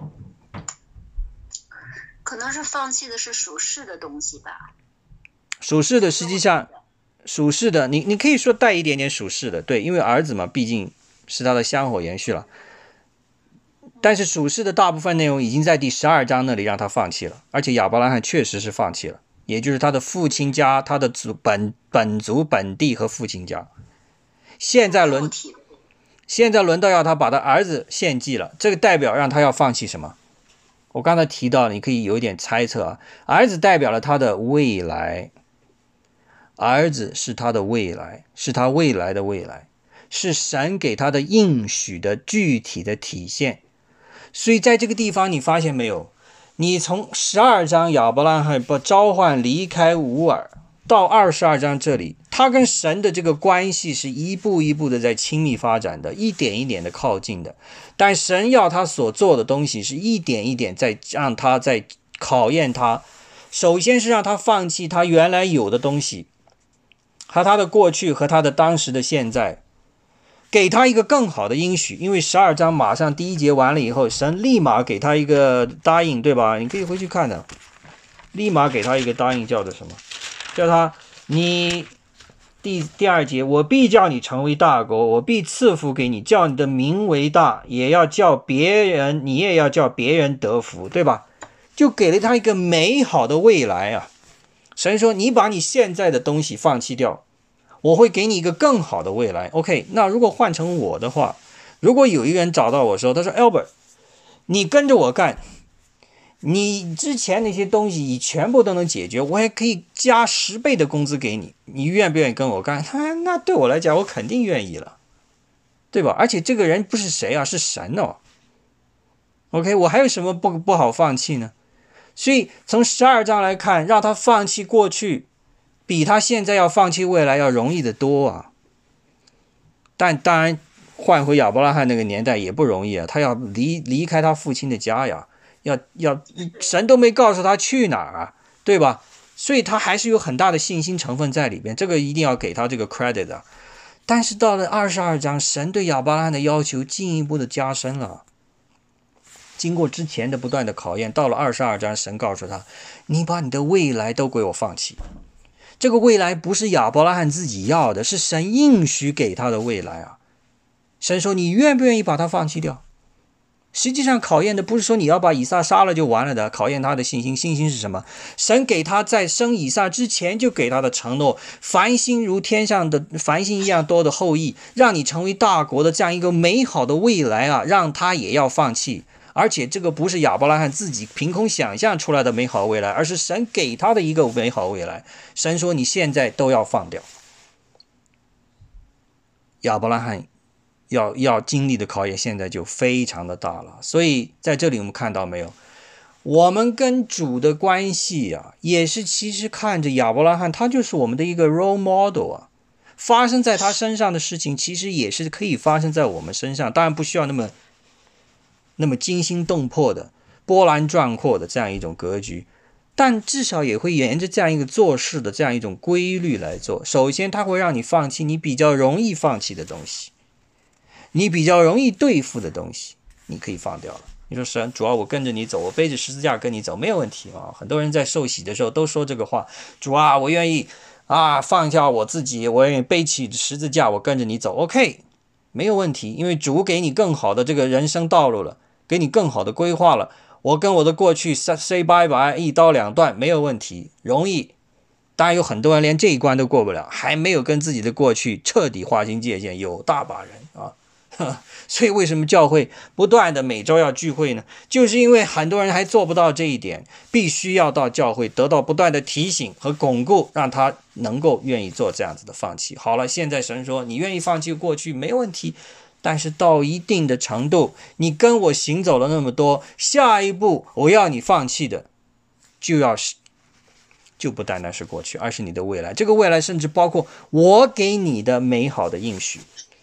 可能是放弃的是属世的东西吧。 属世的实际上属世的你你可以说带一点点属世的，对，因为儿子嘛毕竟是他的香火延续了，但是属世的大部分内容已经在第十二章那里让他放弃了，而且亚伯拉罕确实是放弃了，也就是他的父亲家，他的祖本本族本地和父亲家。现在轮现在轮到要他把他儿子献祭了，这个代表让他要放弃什么？我刚才提到，你可以有一点猜测啊，儿子代表了他的未来，儿子是他的未来，是他未来的未来，是神给他的应许的具体的体现。所以在这个地方你发现没有，你从十二章亚伯拉罕被召唤离开乌尔到二十二章这里，他跟神的这个关系是一步一步的在亲密发展的，一点一点的靠近的，但神要他所做的东西是一点一点在让他在考验他。首先是让他放弃他原来有的东西和他的过去和他的当时的现在，给他一个更好的应许。因为十二章马上第一节完了以后，神立马给他一个答应，对吧？你可以回去看的，立马给他一个答应，叫做什么？叫他你第第二节，我必叫你成为大国，我必赐福给你，叫你的名为大，也要叫别人，你也要叫别人得福，对吧？就给了他一个美好的未来啊！神说你把你现在的东西放弃掉，我会给你一个更好的未来。 OK， 那如果换成我的话，如果有一个人找到我说，他说 Albert 你跟着我干，你之前那些东西你全部都能解决，我还可以加十倍的工资给你，你愿不愿意跟我干？那对我来讲我肯定愿意了，对吧？而且这个人不是谁啊，是神哦。 OK， 我还有什么不不好放弃呢？所以从十二章来看，让他放弃过去比他现在要放弃未来要容易得多啊。但当然换回亚伯拉罕那个年代也不容易啊，他要离离开他父亲的家呀，要要神都没告诉他去哪儿啊，对吧？所以他还是有很大的信心成分在里边，这个一定要给他这个 credit 啊。但是到了二十二章，神对亚伯拉罕的要求进一步的加深了。经过之前的不断的考验，到了二十二章，神告诉他，你把你的未来都归我放弃。这个未来不是亚伯拉罕自己要的，是神应许给他的未来啊。神说你愿不愿意把它放弃掉？实际上考验的不是说你要把以撒杀了就完了的，考验他的信心。信心是什么？神给他在生以撒之前就给他的承诺，繁星如天上的繁星一样多的后裔，让你成为大国的这样一个美好的未来啊，让他也要放弃。而且这个不是亚伯拉罕自己凭空想象出来的美好未来，而是神给他的一个美好未来。神说你现在都要放掉。亚伯拉罕要要经历的考验现在就非常的大了。所以在这里我们看到没有，我们跟主的关系啊，也是其实看着亚伯拉罕，他就是我们的一个 role model 啊。发生在他身上的事情其实也是可以发生在我们身上，当然不需要那么那么惊心动魄的波澜壮阔的这样一种格局，但至少也会沿着这样一个做事的这样一种规律来做。首先它会让你放弃你比较容易放弃的东西，你比较容易对付的东西你可以放掉了。你说神，主要我跟着你走，我背着十字架跟你走没有问题啊。很多人在受洗的时候都说这个话，主啊我愿意啊放下我自己，我愿意背起十字架，我跟着你走 OK， 没有问题，因为主给你更好的这个人生道路了，给你更好的规划了。我跟我的过去 say bye bye， 一刀两断没有问题，容易。当然有很多人连这一关都过不了，还没有跟自己的过去彻底划清界限，有大把人啊。所以为什么教会不断的每周要聚会呢？就是因为很多人还做不到这一点，必须要到教会得到不断的提醒和巩固，让他能够愿意做这样子的放弃。好了，现在神说你愿意放弃过去没问题，但是到一定的程度，你跟我行走了那么多，下一步我要你放弃的就要是就不单单是过去，而是你的未来。这个未来甚至包括我给你的美好的应许，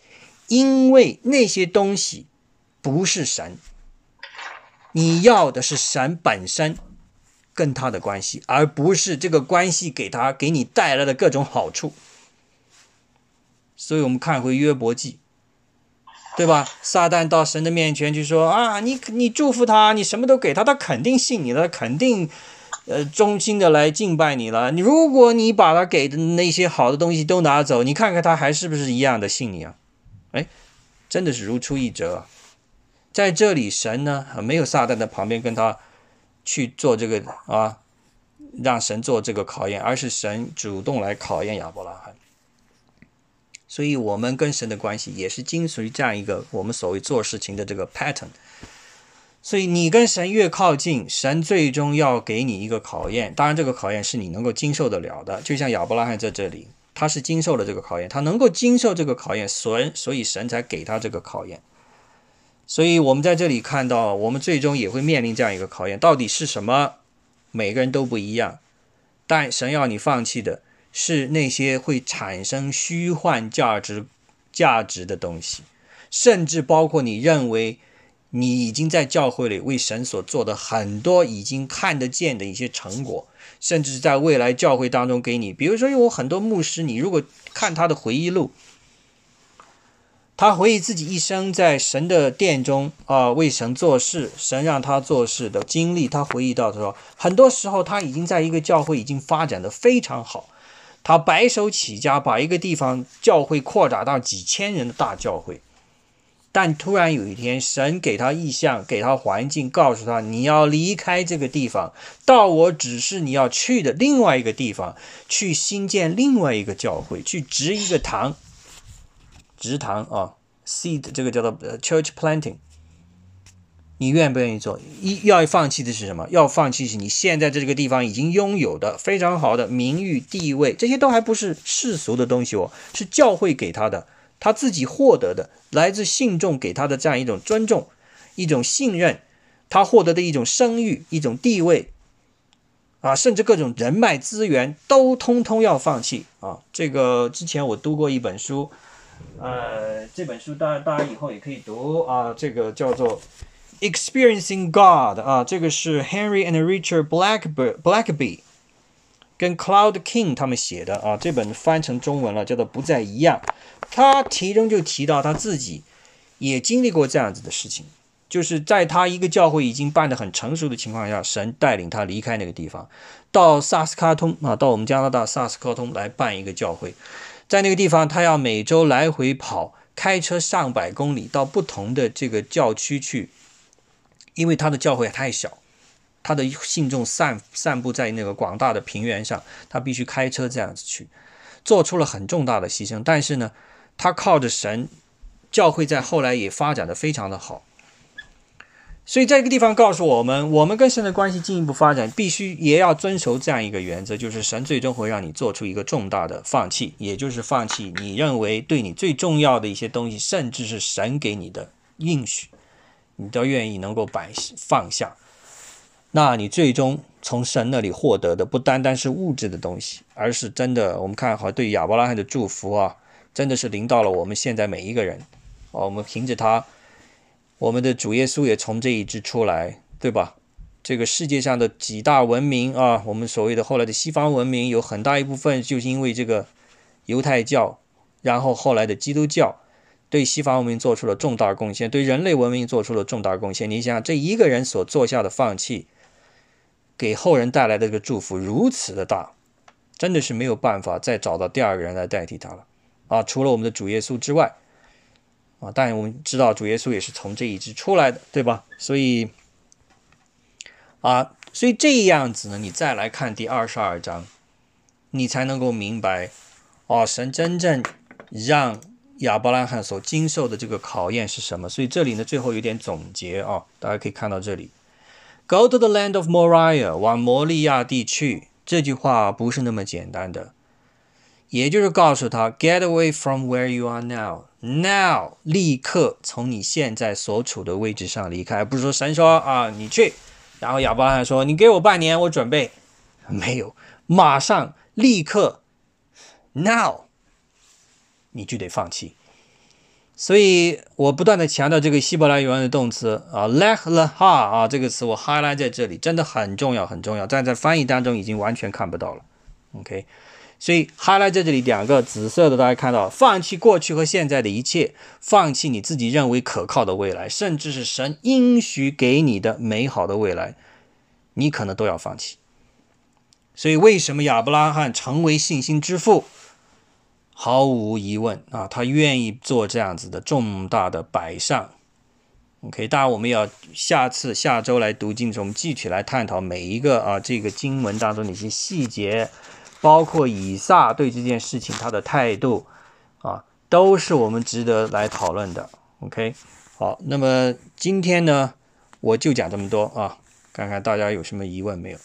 因为那些东西不是神，你要的是神本身跟他的关系，而不是这个关系给他给你带来的各种好处。所以我们看回约伯记，对吧？撒旦到神的面前去说啊，你你祝福他，你什么都给他，他肯定信你了，肯定呃忠心的来敬拜你了。你如果你把他给的那些好的东西都拿走，你看看他还是不是一样的信你啊？哎，真的是如出一辙啊！在这里，神呢没有撒旦在旁边跟他去做这个啊，让神做这个考验，而是神主动来考验亚伯拉罕。所以我们跟神的关系也是精属于这样一个我们所谓做事情的这个 pattern。所以你跟神越靠近，神最终要给你一个考验，当然这个考验是你能够经受得了的。就像亚伯拉罕在这里，他是经受了这个考验，他能够经受这个考验，所以神才给他这个考验。所以我们在这里看到，我们最终也会面临这样一个考验，到底是什么？每个人都不一样，但神要你放弃的是那些会产生虚幻价值价值的东西，甚至包括你认为你已经在教会里为神所做的很多已经看得见的一些成果，甚至在未来教会当中给你，比如说有很多牧师，你如果看他的回忆录，他回忆自己一生在神的殿中啊、呃，为神做事，神让他做事的经历，他回忆到说，很多时候他已经在一个教会已经发展得非常好，他白手起家把一个地方教会扩展到几千人的大教会，但突然有一天神给他意象，给他环境，告诉他你要离开这个地方，到我指示你要去的另外一个地方，去新建另外一个教会，去植一个堂，植堂啊 seed 这个叫做 church planting， 你愿不愿意做？一要放弃的是什么？要放弃是你现在这个地方已经拥有的非常好的名誉地位，这些都还不是世俗的东西哦，是教会给他的，他自己获得的，来自信众给他的这样一种尊重，一种信任，他获得的一种声誉，一种地位啊，甚至各种人脉资源都通通要放弃啊！这个之前我读过一本书，呃，这本书当然大家以后也可以读啊，这个叫做 Experiencing God 啊，这个是 Henry and Richard Blackaby 跟 Claude King 他们写的啊，这本翻成中文了，叫做不再一样。他其中就提到他自己也经历过这样子的事情，就是在他一个教会已经办得很成熟的情况下，神带领他离开那个地方，到萨斯卡通啊，到我们加拿大萨斯卡通来办一个教会。在那个地方他要每周来回跑，开车上百公里到不同的这个教区去，因为他的教会太小，他的信众散散布在那个广大的平原上，他必须开车这样子去，做出了很重大的牺牲。但是呢，他靠着神，教会在后来也发展得非常的好。所以在这个地方告诉我们，我们跟神的关系进一步发展，必须也要遵守这样一个原则，就是神最终会让你做出一个重大的放弃，也就是放弃你认为对你最重要的一些东西，甚至是神给你的应许，你都愿意能够摆放下。那你最终从神那里获得的不单单是物质的东西，而是真的，我们看好对亚伯拉罕的祝福啊，真的是临到了我们现在每一个人。啊、我们凭着他，我们的主耶稣也从这一支出来，对吧？这个世界上的几大文明啊，我们所谓的后来的西方文明，有很大一部分就是因为这个犹太教，然后后来的基督教对西方文明做出了重大贡献，对人类文明做出了重大贡献。你想这一个人所做下的放弃，给后人带来的这个祝福如此的大，真的是没有办法再找到第二个人来代替他了啊！除了我们的主耶稣之外啊，当然我们知道主耶稣也是从这一支出来的，对吧？所以啊，所以这样子呢，你再来看第二十二章，你才能够明白哦，神真正让亚伯拉罕所经受的这个考验是什么。所以这里呢，最后有点总结啊，大家可以看到这里 ，Go to the land of Moriah， 往摩利亚地去。这句话不是那么简单的，也就是告诉他 ，Get away from where you are now，now 立刻从你现在所处的位置上离开，不是说神说啊你去，然后亚伯拉罕说你给我半年我准备，没有，马上立刻 ，now 你就得放弃。 所以我不断的强调这个希伯来原文的动词啊 lech leha 啊这个词我 highlight 在这里，真的很重要很重要，但在翻译当中已经完全看不到了。OK， 所以 highlight 在这里两个紫色的，大家看到，放弃过去和现在的一切，放弃你自己认为可靠的未来，甚至是神应许给你的美好的未来，你可能都要放弃。所以为什么亚伯拉罕成为信心之父？毫无疑问啊，他愿意做这样子的重大的摆上。OK， 当然我们要下次下周来读经，我们具体来探讨每一个啊这个经文当中的一些细节，包括以撒对这件事情他的态度啊，都是我们值得来讨论的。OK， 好，那么今天呢我就讲这么多啊，看看大家有什么疑问没有。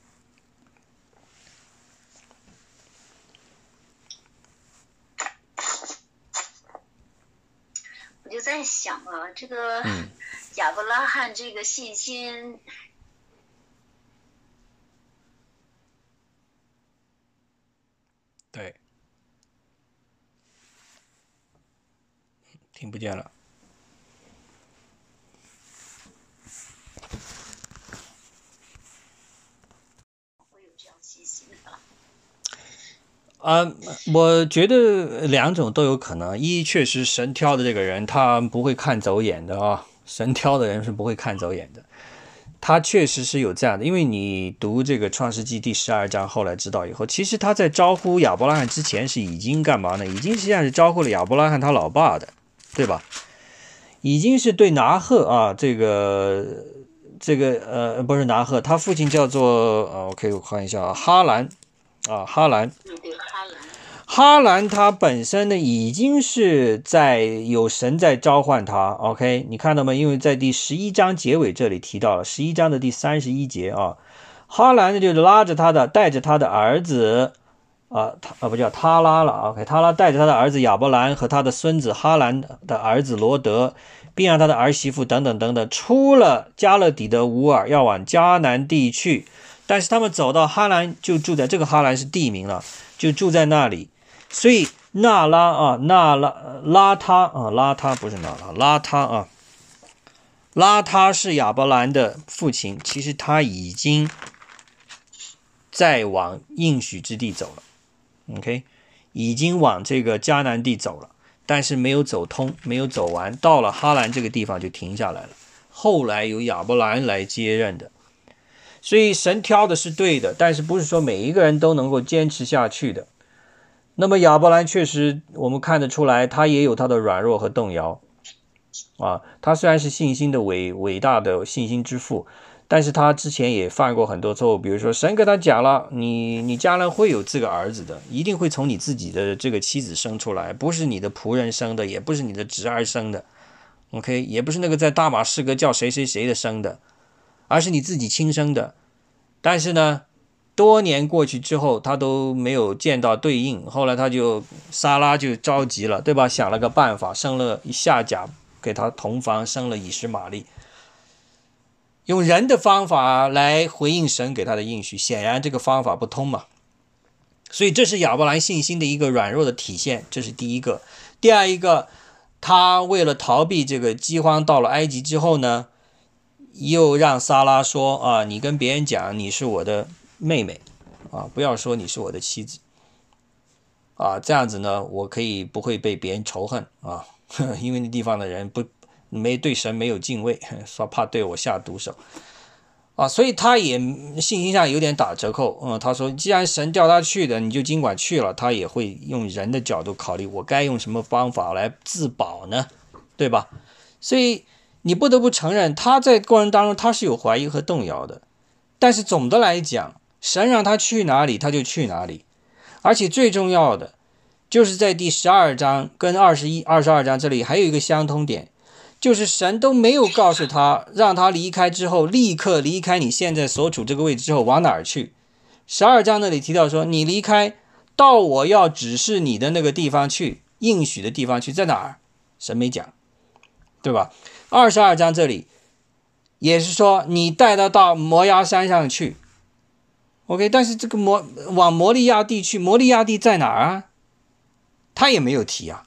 我就在想啊，这个亚伯拉罕这个信心， 对，听不见了。 会有这样信心的。 啊，我觉得两种都有可能。一，确实神挑的这个人，他不会看走眼的啊。神挑的人是不会看走眼的，他确实是有这样的。因为你读这个创世纪第十二章，后来知道以后，其实他在招呼亚伯拉罕之前是已经干嘛呢？已经实际上是招呼了亚伯拉罕他老爸的，对吧？已经是对拿鹤啊，这个这个呃，不是拿鹤，他父亲叫做呃 ，OK， 我看一下啊，哈兰啊，哈兰。哈兰他本身呢，已经是在有神在召唤他。OK， 你看到吗？因为在第十一章结尾这里提到了，十一章的第三十一节啊，哈兰呢就拉着他的，带着他的儿子啊，他啊不叫他拉了 ，OK， 他拉带着他的儿子亚伯兰和他的孙子哈兰的儿子罗德，并让他的儿媳妇等等等等，出了加勒底的乌尔，要往迦南地去。但是他们走到哈兰，就住在这个哈兰是地名了，就住在那里。所以那拉啊，那拉拉他啊，拉他不是那拉，拉他啊，拉他是亚伯兰的父亲，其实他已经在往应许之地走了 ，OK， 已经往这个迦南地走了，但是没有走通，没有走完，到了哈兰这个地方就停下来了。后来由亚伯兰来接任的，所以神挑的是对的，但是不是说每一个人都能够坚持下去的。那么亚伯兰确实我们看得出来，他也有他的软弱和动摇啊。他虽然是信心的伟伟大的信心之父，但是他之前也犯过很多错误。比如说神跟他讲了，你你将来会有这个儿子的，一定会从你自己的这个妻子生出来，不是你的仆人生的，也不是你的侄儿生的 OK， 也不是那个在大马士革叫谁谁谁的生的，而是你自己亲生的。但是呢多年过去之后，他都没有见到对应，后来他就撒拉就着急了，对吧？想了个办法，生了一夏甲给他同房，生了以实玛利，用人的方法来回应神给他的应许，显然这个方法不通嘛。所以这是亚伯兰信心的一个软弱的体现，这是第一个。第二一个，他为了逃避这个饥荒，到了埃及之后呢，又让撒拉说啊，你跟别人讲你是我的妹妹啊，不要说你是我的妻子啊，这样子呢，我可以不会被别人仇恨啊，呵呵，因为那地方的人不没对神没有敬畏，说怕对我下毒手啊，所以他也信心上有点打折扣。嗯，他说既然神调他去的，你就尽管去了，他也会用人的角度考虑，我该用什么方法来自保呢？对吧？所以你不得不承认，他在过程当中他是有怀疑和动摇的，但是总的来讲，神让他去哪里他就去哪里，而且最重要的就是在第十二章跟二十一、二十二章这里还有一个相通点，就是神都没有告诉他，让他离开之后立刻离开你现在所处这个位置之后往哪儿去。十二章那里提到说，你离开到我要指示你的那个地方去，应许的地方去，在哪儿？神没讲，对吧？二十二章这里也是说你带他到摩押山上去 OK， 但是这个摩往摩利亚地去，摩利亚地在哪儿啊？他也没有提啊，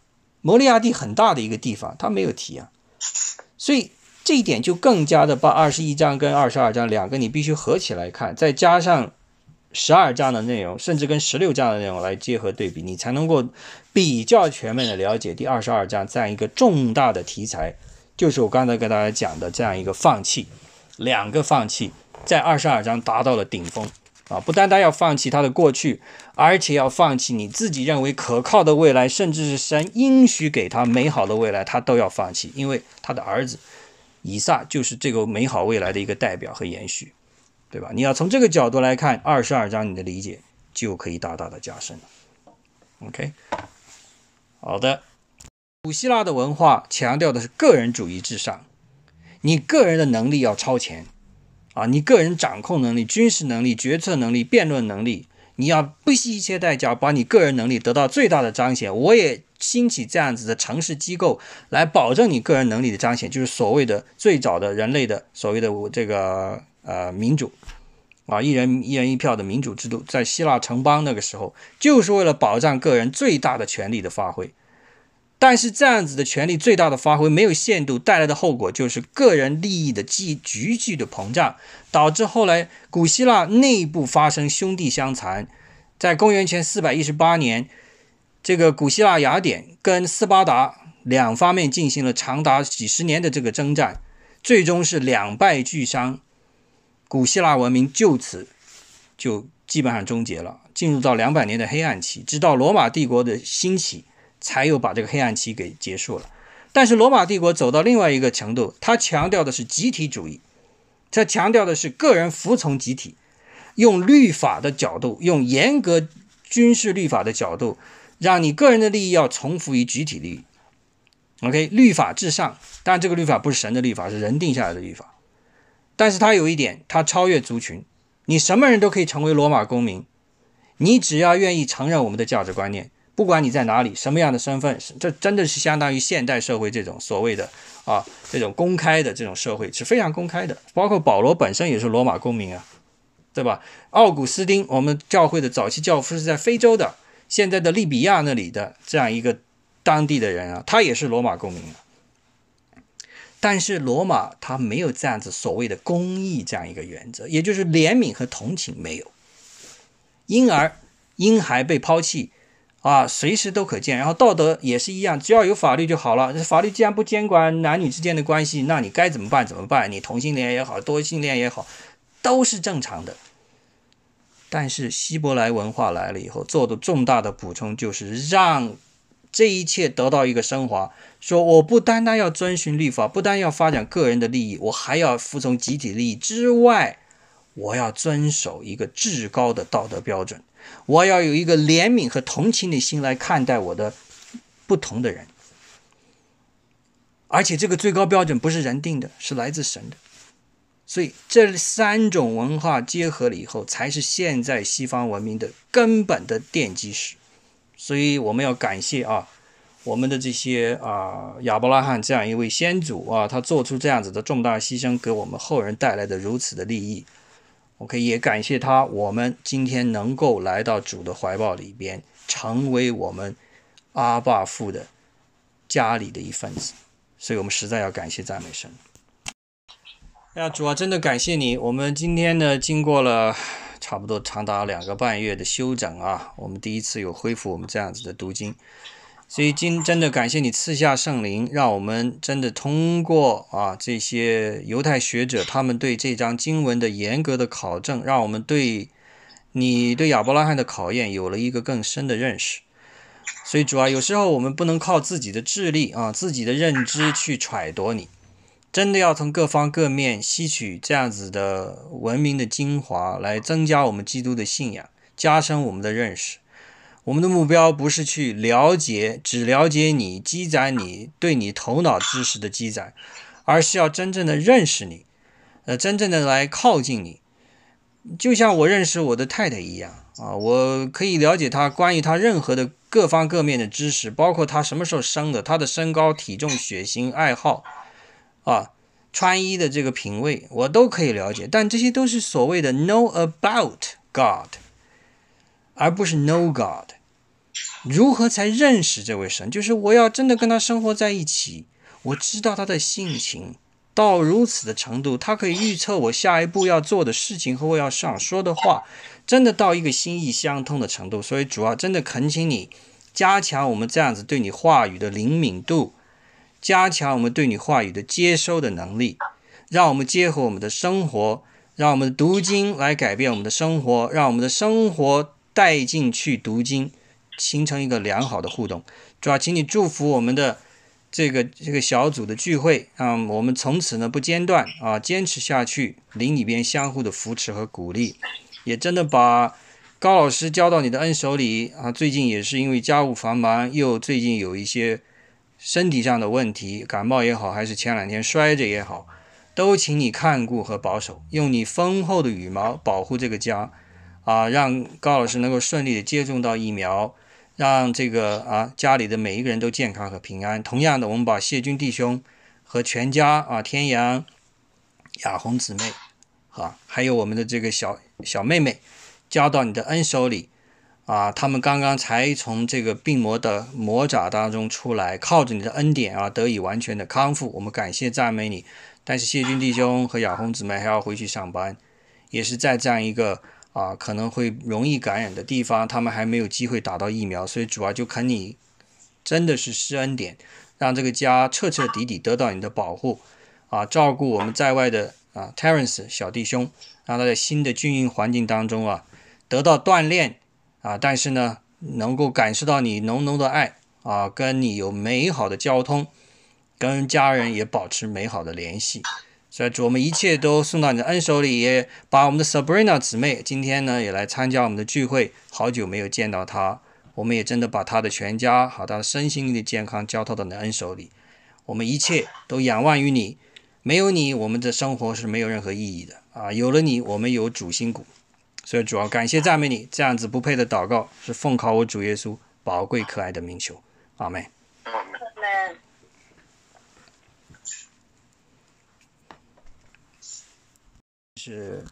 摩利亚地很大的一个地方，他没有提啊。所以这一点就更加的把二十一章跟二十二章两个你必须合起来看，再加上十二章的内容，甚至跟十六章的内容来结合对比，你才能够比较全面的了解第二十二章这样一个重大的题材，就是我刚才跟大家讲的这样一个放弃，两个放弃在二十二章达到了顶峰啊！不单单要放弃他的过去，而且要放弃你自己认为可靠的未来，甚至是神应许给他美好的未来，他都要放弃，因为他的儿子以撒就是这个美好未来的一个代表和延续，对吧？你要从这个角度来看二十二章，你的理解就可以大大的加深了。OK， 好的。古希腊的文化强调的是个人主义至上，你个人的能力要超前啊，你个人掌控能力、军事能力、决策能力、辩论能力，你要不惜一切代价把你个人能力得到最大的彰显。我也兴起这样子的城市机构来保证你个人能力的彰显，就是所谓的最早的人类的所谓的这个呃民主啊，一人一人一票的民主制度，在希腊城邦那个时候，就是为了保障个人最大的权利的发挥。但是这样子的权利最大的发挥没有限度，带来的后果就是个人利益的急剧的膨胀，导致后来古希腊内部发生兄弟相残。在公元前四百一十八年，这个古希腊雅典跟斯巴达两方面进行了长达几十年的这个征战，最终是两败俱伤，古希腊文明就此就基本上终结了，进入到两百年的黑暗期，直到罗马帝国的兴起才有把这个黑暗期给结束了。但是罗马帝国走到另外一个程度，它强调的是集体主义，它强调的是个人服从集体，用律法的角度，用严格军事律法的角度，让你个人的利益要从服于集体利益。 OK， 律法至上，当然这个律法不是神的律法，是人定下来的律法，但是它有一点，它超越族群，你什么人都可以成为罗马公民，你只要愿意承认我们的价值观念，不管你在哪里，什么样的身份，这真的是相当于现代社会这种所谓的啊这种公开的这种社会是非常公开的，包括保罗本身也是罗马公民啊，对吧？奥古斯丁，我们教会的早期教父是在非洲的，现在的利比亚那里的这样一个当地的人啊，他也是罗马公民啊。但是罗马他没有这样子所谓的公义这样一个原则，也就是怜悯和同情没有，因而婴孩被抛弃啊，随时都可见。然后道德也是一样，只要有法律就好了。法律既然不监管男女之间的关系，那你该怎么办怎么办？你同性恋也好，多性恋也好，都是正常的。但是希伯来文化来了以后，做的重大的补充就是让这一切得到一个升华，说我不单单要遵循律法，不单要发展个人的利益，我还要服从集体利益之外，我要遵守一个至高的道德标准，我要有一个怜悯和同情的心来看待我的不同的人，而且这个最高标准不是人定的，是来自神的。所以这三种文化结合了以后，才是现在西方文明的根本的奠基石。所以我们要感谢啊，我们的这些啊亚伯拉罕这样一位先祖啊，他做出这样子的重大牺牲，给我们后人带来的如此的利益。OK， 也感谢他，我们今天能够来到主的怀抱里边，成为我们阿爸父的家里的一份子。所以我们实在要感谢赞美神。哎呀，主啊，真的感谢你！我们今天呢，经过了差不多长达两个半月的休整啊，我们第一次有恢复我们这样子的读经，所以今真的感谢你赐下圣灵，让我们真的通过啊这些犹太学者他们对这章经文的严格的考证，让我们对你对亚伯拉罕的考验有了一个更深的认识。所以主啊，有时候我们不能靠自己的智力啊、自己的认知去揣度你。真的要从各方各面吸取这样子的文明的精华，来增加我们基督的信仰，加深我们的认识。我们的目标不是去了解，只了解你，积攒你对你头脑知识的积攒，而是要真正的认识你，呃，真正的来靠近你。就像我认识我的太太一样啊，我可以了解她关于她任何的各方各面的知识，包括她什么时候生的，她的身高、体重、血型、爱好。啊，穿衣的这个品味我都可以了解，但这些都是所谓的 know about God， 而不是 know God。 如何才认识这位神？就是我要真的跟他生活在一起，我知道他的性情到如此的程度，他可以预测我下一步要做的事情和我要想说的话，真的到一个心意相通的程度。所以主要真的恳请你加强我们这样子对你话语的灵敏度，加强我们对你话语的接收的能力，让我们结合我们的生活，让我们的读经来改变我们的生活，让我们的生活带进去读经，形成一个良好的互动。主要请你祝福我们的这个这个小组的聚会，让、嗯、我们从此呢不间断啊，坚持下去，灵里边相互的扶持和鼓励，也真的把高老师交到你的恩手里啊。最近也是因为家务繁忙，又最近有一些身体上的问题，感冒也好，还是前两天摔着也好，都请你看顾和保守，用你丰厚的羽毛保护这个家啊，让高老师能够顺利的接种到疫苗。让这个啊家里的每一个人都健康和平安。同样的，我们把谢军弟兄和全家啊，天阳、雅红姊妹啊，还有我们的这个小小妹妹，交到你的恩手里啊。他们刚刚才从这个病魔的魔爪当中出来，靠着你的恩典啊，得以完全的康复。我们感谢赞美你。但是谢军弟兄和雅红姊妹还要回去上班，也是在这样一个啊，可能会容易感染的地方，他们还没有机会打到疫苗，所以主要就恳你真的是施恩典，让这个家彻彻底底得到你的保护啊，照顾我们在外的啊 Terence 小弟兄，让他在新的军营环境当中啊得到锻炼啊，但是呢能够感受到你浓浓的爱啊，跟你有美好的交通，跟家人也保持美好的联系。所以主，我们一切都送到你的恩手里，也把我们的 Sabrina 姊妹今天呢也来参加我们的聚会，好久没有见到她，我们也真的把她的全家好，她的身心灵的健康交托到你的恩手里。我们一切都仰望于你，没有你，我们的生活是没有任何意义的啊！有了你，我们有主心骨。所以主要感谢赞美你，这样子不配的祷告是奉靠我主耶稣宝贵可爱的名求，阿们。是